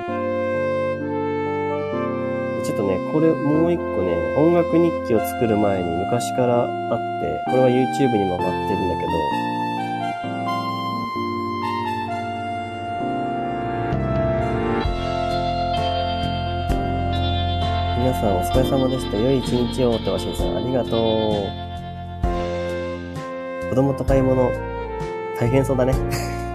ちょっとね、これもう一個ね、音楽日記を作る前に昔からあって、これは YouTube にも上がってるんだけど、皆さんお疲れ様でした。良い一日をってわしりさん、ありがとう。子供と買い物、大変そうだね。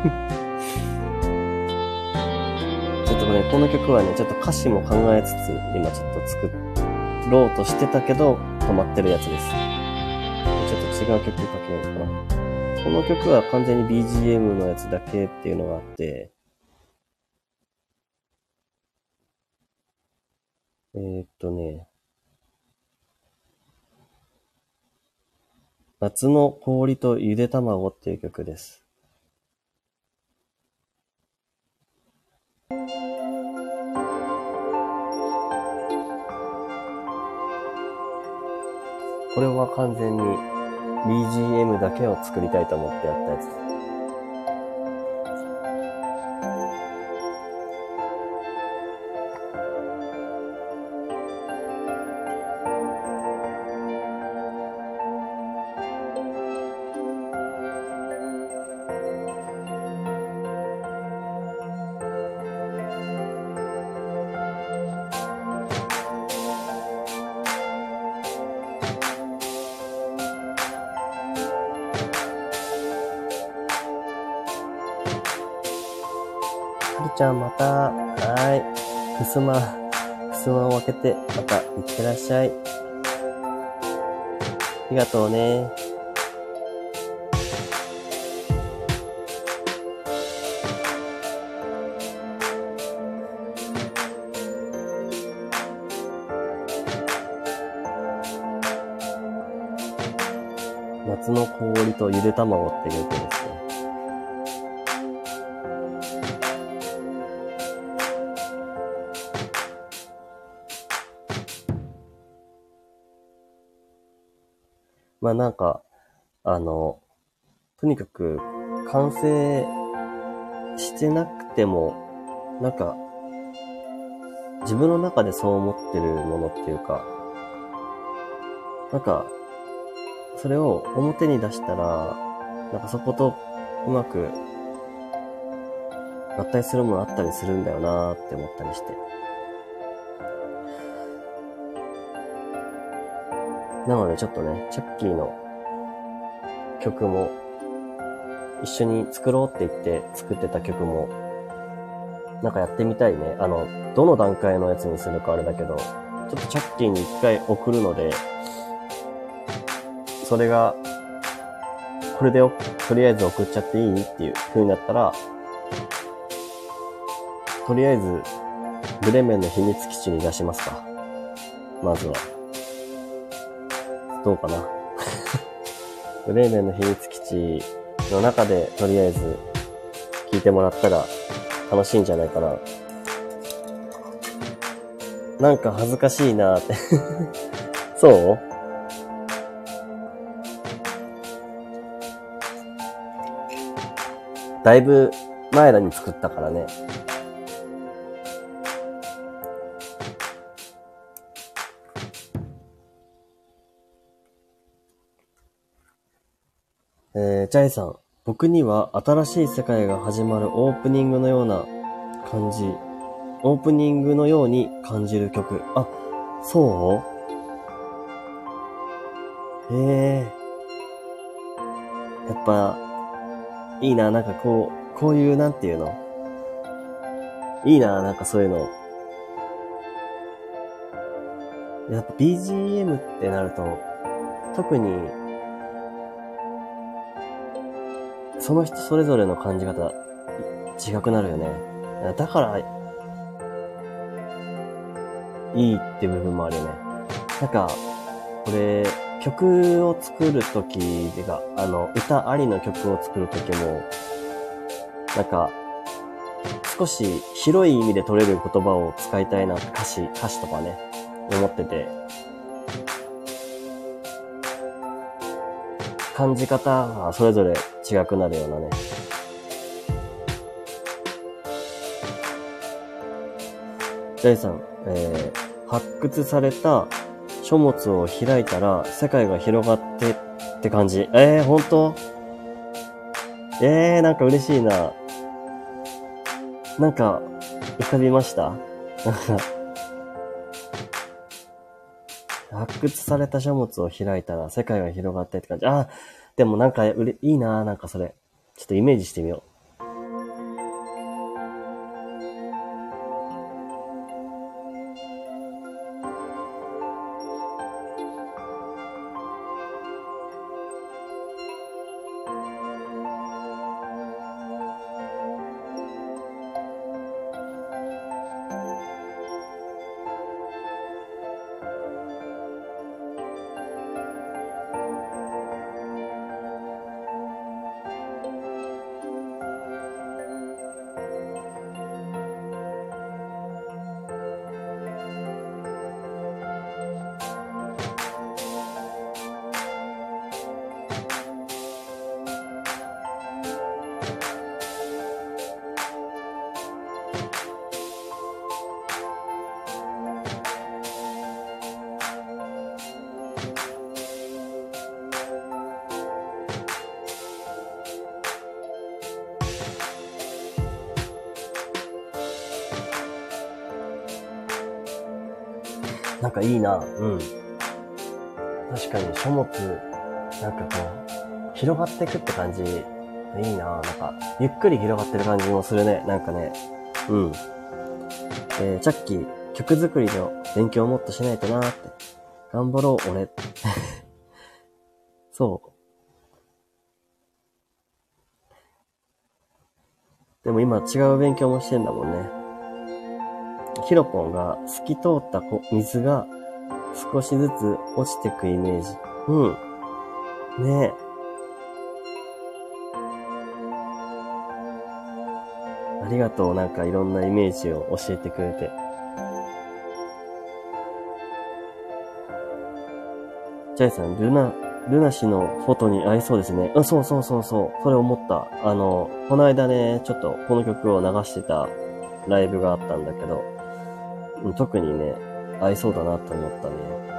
この曲はね、ちょっと歌詞も考えつつ、今ちょっと作ろうとしてたけど、止まってるやつです。ちょっと違う曲かけようかな。この曲は完全に BGM のやつだけっていうのがあって、夏の氷とゆで卵っていう曲です。ここれは完全に BGM だけを作りたいと思ってやったやつ。はるちゃんまた、ふすまを開けて、また行ってらっしゃい。ありがとうね。夏の氷とゆで卵っていうことですね。まあなんか、とにかく完成してなくても、なんか、自分の中でそう思ってるものっていうか、なんか、それを表に出したら、なんかそことうまく合体するものあったりするんだよなーって思ったりして。なのでちょっとね、チャッキーの曲も一緒に作ろうって言って作ってた曲もなんかやってみたいね。どの段階のやつにするかあれだけど、ちょっとチャッキーに一回送るので、それが、これでとりあえず送っちゃっていいっていう風になったら、とりあえず、ブレメンの秘密基地に出しますか。まずは。どうかな。ブレーメンの秘密基地の中でとりあえず聞いてもらったら楽しいんじゃないかな。なんか恥ずかしいなーってそうだいぶ前らに作ったからね。チャイさん、僕には新しい世界が始まるオープニングのような感じ、オープニングのように感じる曲。あ、そうやっぱ、いいな、なんかこういうなんていうのいいな、なんかそういうの。やっぱ BGM ってなると、特に、その人それぞれの感じ方、違くなるよね。だから、いいって部分もあるよね。なんか、これ、曲を作るときが、歌ありの曲を作るときも、なんか、少し広い意味で取れる言葉を使いたいなって歌詞とかね、思ってて、感じ方がそれぞれ違くなるようなね。ジャイさん、発掘された書物を開いたら世界が広がってって感じ。本当？なんか嬉しいな。なんか、浮かびました？発掘された書物を開いたら世界が広がってって感じ。でもなんかいいな、なんかそれ。ちょっとイメージしてみよう。 なんかいいな。うん。確かに書物、なんかこう、広がっていくって感じ。いいな。なんか、ゆっくり広がってる感じもするね。なんかね。うん。チャッキー、曲作りの勉強をもっとしないとなーって。頑張ろう、俺。そう。でも今違う勉強もしてんだもんね。ヒロポンが透き通った水が少しずつ落ちてくイメージ。うん。ねえ。ありがとう。なんかいろんなイメージを教えてくれて。ジャイさん、ルナ氏のフォトに合いそうですね。うん、そうそうそうそう。それ思った。この間ね、ちょっとこの曲を流してたライブがあったんだけど、特にね、合いそうだなと思ったね。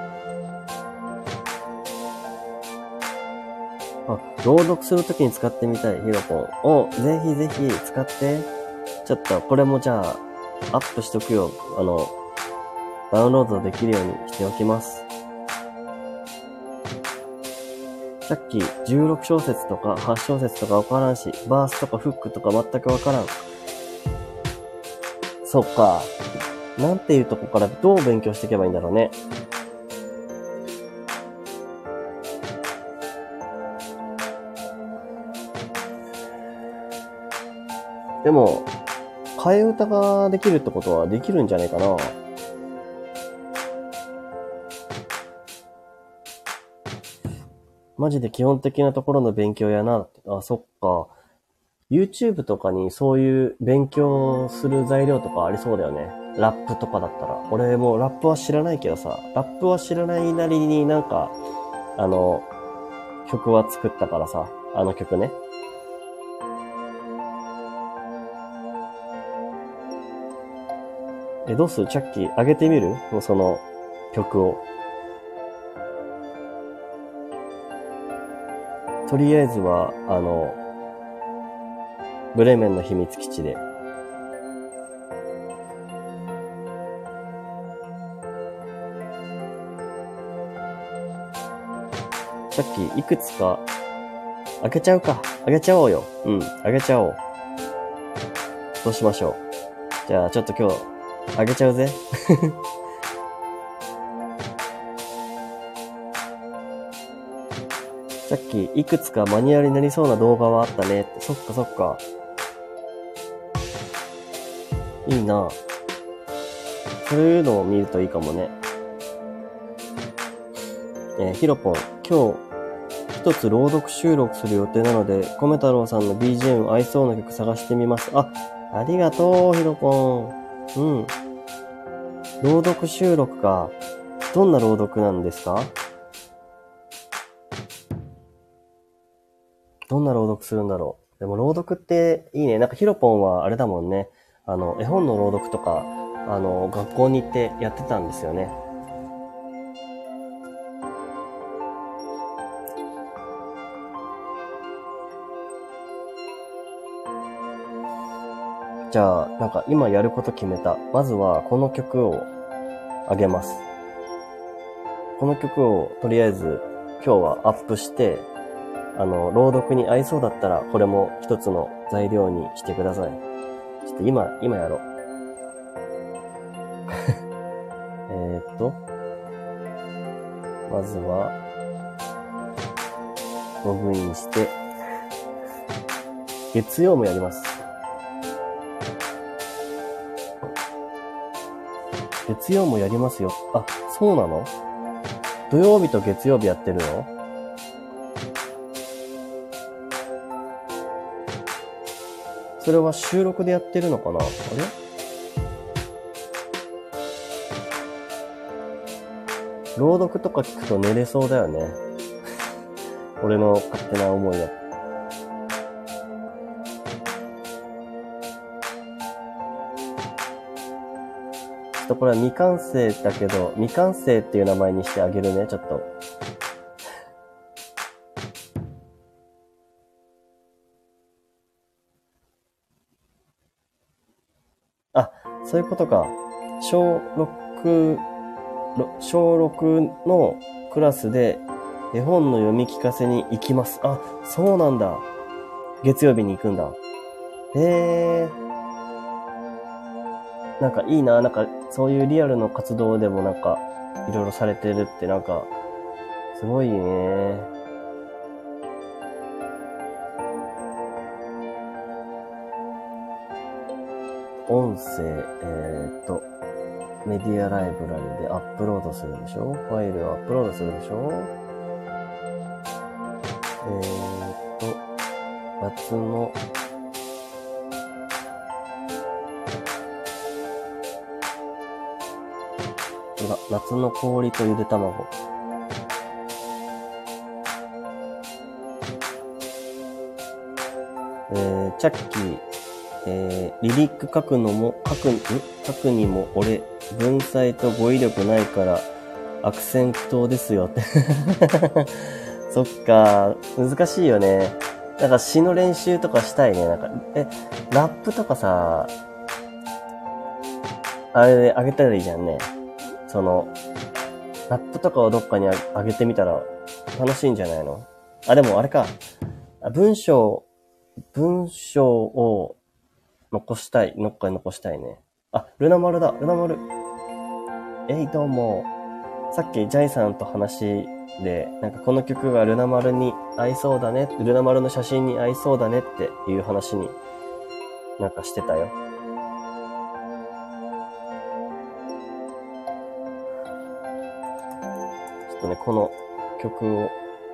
あ、朗読するときに使ってみたい、ヒロポン。お、ぜひぜひ使って。ちょっと、これもじゃあ、アップしとくよ。ダウンロードできるようにしておきます。さっき16小節とか8小節とかわからんし、バースとかフックとか全くわからん。そっか。なんていうとこからどう勉強していけばいいんだろうね。でも、替え歌ができるってことはできるんじゃないかな。マジで基本的なところの勉強やな。あ、そっか。YouTube とかにそういう勉強する材料とかありそうだよね。ラップとかだったら。俺もラップは知らないけどさ、ラップは知らないなりになんか、曲は作ったからさ、あの曲ね。どうするチャッキー、上げてみるもうその曲を。とりあえずは、ブレーメンの秘密基地で。チャッキー、いくつか、開けちゃうか。開けちゃおうよ。うん、開けちゃおう。そうしましょう。じゃあ、ちょっと今日、開けちゃうぜ。さっき、いくつかマニュアルになりそうな動画はあったねって。そっかそっか。いいな。そういうのを見るといいかもね。ヒロポン、今日、一つ朗読収録する予定なので、コメ太郎さんの BGM 合いそうな曲探してみます。ありがとう、ヒロポン。うん。朗読収録か。どんな朗読なんですか？どんな朗読するんだろう。でも朗読っていいね。なんかヒロポンはあれだもんね。絵本の朗読とか、学校に行ってやってたんですよね。じゃあ、なんか今やること決めた。まずはこの曲をあげます。この曲をとりあえず今日はアップして、朗読に合いそうだったらこれも一つの材料にしてください。ちょっと今やろう。まずは、ログインして、月曜もやります。月曜もやりますよ。あ、そうなの？土曜日と月曜日やってるの？それは収録でやってるのかな？あれ？朗読とか聞くと寝れそうだよね。俺の勝手な思いだ。ちょっとこれは未完成だけど、未完成っていう名前にしてあげるね、ちょっと。あ、そういうことか。小6 小6のクラスで絵本の読み聞かせに行きます。あ、そうなんだ。月曜日に行くんだ。なんかいいな。なんかそういうリアルの活動でもなんかいろいろされてるってなんかすごいね。音声、メディアライブラリでアップロードするでしょ？ファイルをアップロードするでしょ？夏の夏の氷とゆで卵。チャッキー、リリック書くにも俺、文才と語彙力ないから悪戦苦闘ですよって。そっか、難しいよね。なんか詩の練習とかしたいね。なんか、ラップとかさ、あれで上げたらいいじゃんね。ラップとかをどっかに上げてみたら楽しいんじゃないの？あ、でもあれか。文章を残したいね。あ、ルナ丸だ。ルナ丸。どうも。さっきジャイさんと話で、なんかこの曲がルナ丸に合いそうだね。ルナ丸の写真に合いそうだねっていう話になんかしてたよ。ちょっとね、この曲を、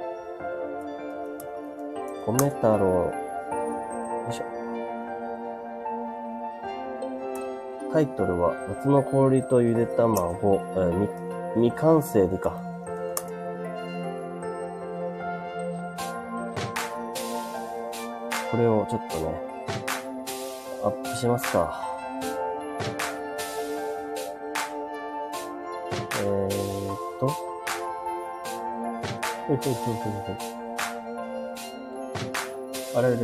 米太郎、よいしょ。タイトルは、夏の氷とゆで卵、未完成でか。これをちょっとね、アップしますか。あれ。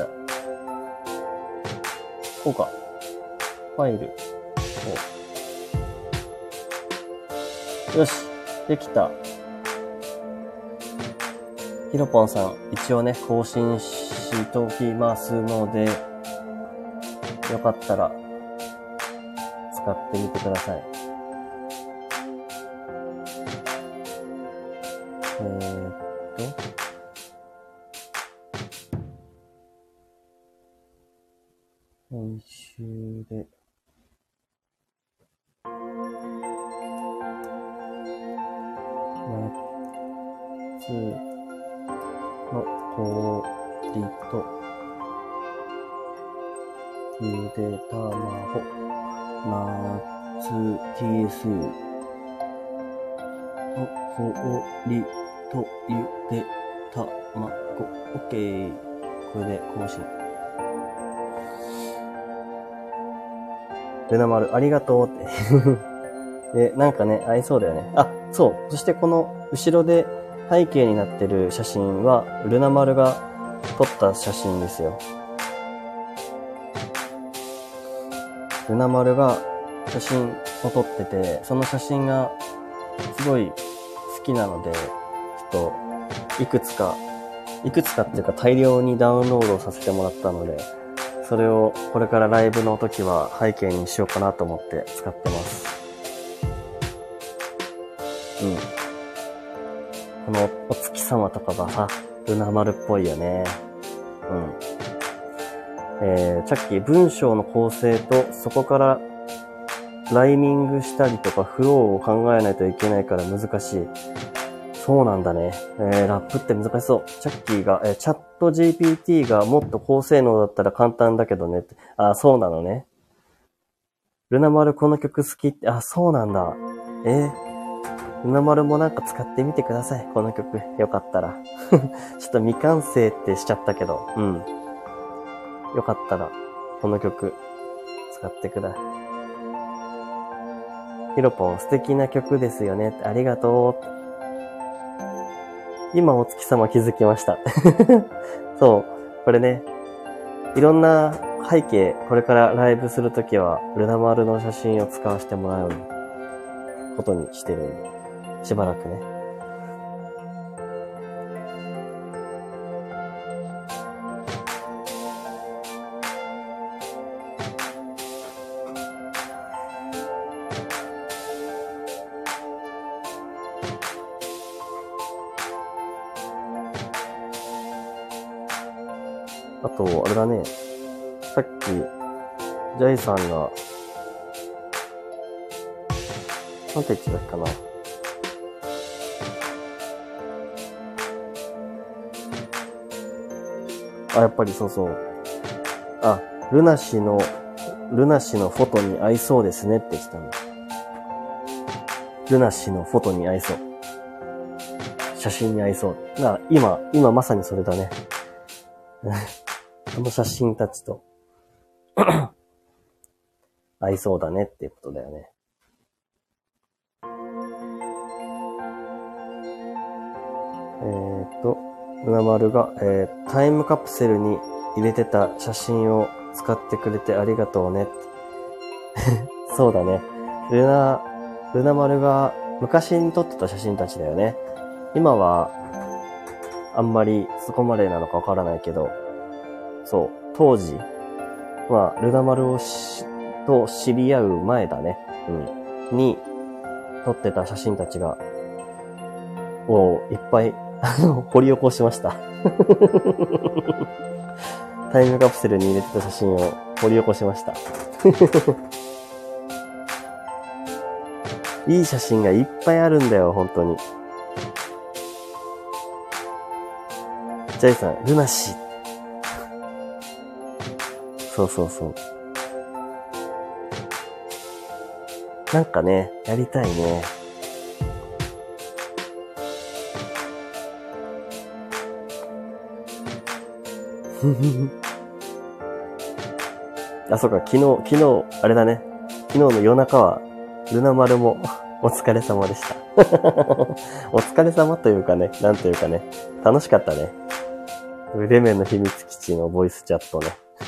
こうか。ファイル。よし。できた。ヒロポンさん、一応ね、更新しときますので、よかったら、使ってみてください。編集で、夏の氷とゆで卵、夏 TS の氷とゆで卵、OK。これで更新。ルナ丸、ありがとうって。で、なんかね、合いそうだよね。あ、そう。そしてこの後ろで背景になってる写真は、ルナ丸が撮った写真ですよ。ルナ丸が写真を撮ってて、その写真がすごい好きなので、ちょっと、いくつかっていうか大量にダウンロードさせてもらったので、それをこれからライブの時は背景にしようかなと思って使ってます。このお月様とかがさ、ルナ丸っぽいよね。チャッキー、文章の構成とそこからライミングしたりとかフローを考えないといけないから難しい。そうなんだね。ラップって難しそう。チャッキーが、チャット GPT がもっと高性能だったら簡単だけどねって。あ、そうなのね。ルナ丸この曲好きって、あ、そうなんだ。ルナ丸もなんか使ってみてください。この曲。よかったら。ちょっと未完成ってしちゃったけど。よかったら、この曲、使ってください。ヒロポン、素敵な曲ですよね。ありがとう。今お月様気づきました。そう。これね、いろんな背景、これからライブするときは、ルナ丸の写真を使わせてもらうの。 ことにしてるんで、しばらくね。あと、あれだね。さっき、ジャイさんが、なんて言ってたっけかな。あ、やっぱりそうそう。あ、ルナ氏のフォトに合いそうですねって来たんだ。ルナ氏のフォトに合いそう。写真に合いそう。今まさにそれだね。この写真たちと合いそうだねっていうことだよね。ルナ丸が、タイムカプセルに入れてた写真を使ってくれてありがとうねって。そうだね。ルナ丸が昔に撮ってた写真たちだよね。今はあんまりそこまでなのかわからないけど、そう、当時、ルナ丸と知り合う前だね。に、撮ってた写真たちが、いっぱい、掘り起こしました。タイムカプセルに入れてた写真を掘り起こしました。いい写真がいっぱいあるんだよ、本当に。ジャイさん、ルナシー。そうそうそう。なんかね、やりたいね。あ、そうか、昨日、あれだね。昨日の夜中は、ルナ丸もお疲れ様でした。お疲れ様というかね、なんというかね、楽しかったね。腕面の秘密基地のボイスチャットね。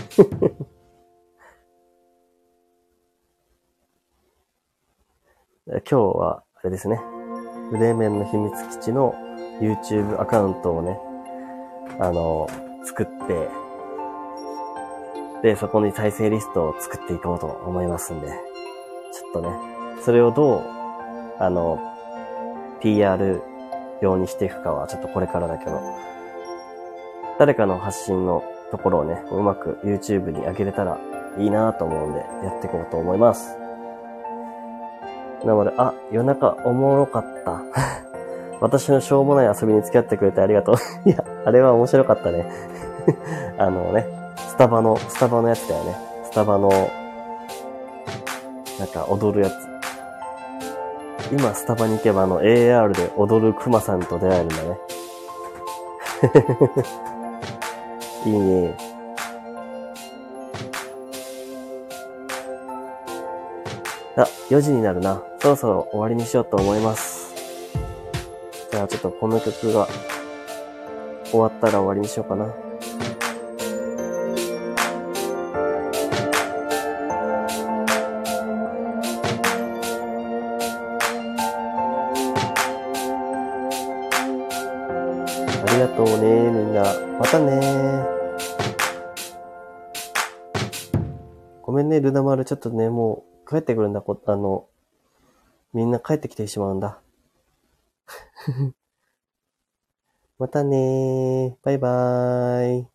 今日は、あれですね。腕面の秘密基地の YouTube アカウントをね、作って、で、そこに再生リストを作っていこうと思いますんで、ちょっとね、それをどう、PR 用にしていくかはちょっとこれからだけど、誰かの発信のところをね、うまく YouTube に上げれたらいいなと思うんで、やっていこうと思います。なので、夜中おもろかった。私のしょうもない遊びに付き合ってくれてありがとう。いや、あれは面白かったね。スタバのやつだよね。スタバの、なんか踊るやつ。今スタバに行けばAR で踊るクマさんと出会えるんだね。いいね。4時になるな。そろそろ終わりにしようと思います。じゃあちょっとこの曲が終わったら終わりにしようかな。ありがとうね、みんな。またね。ごめんね、ルナ丸。ちょっとね、もう帰ってくるんだ。みんな帰ってきてしまうんだ。またねー。バイバーイ。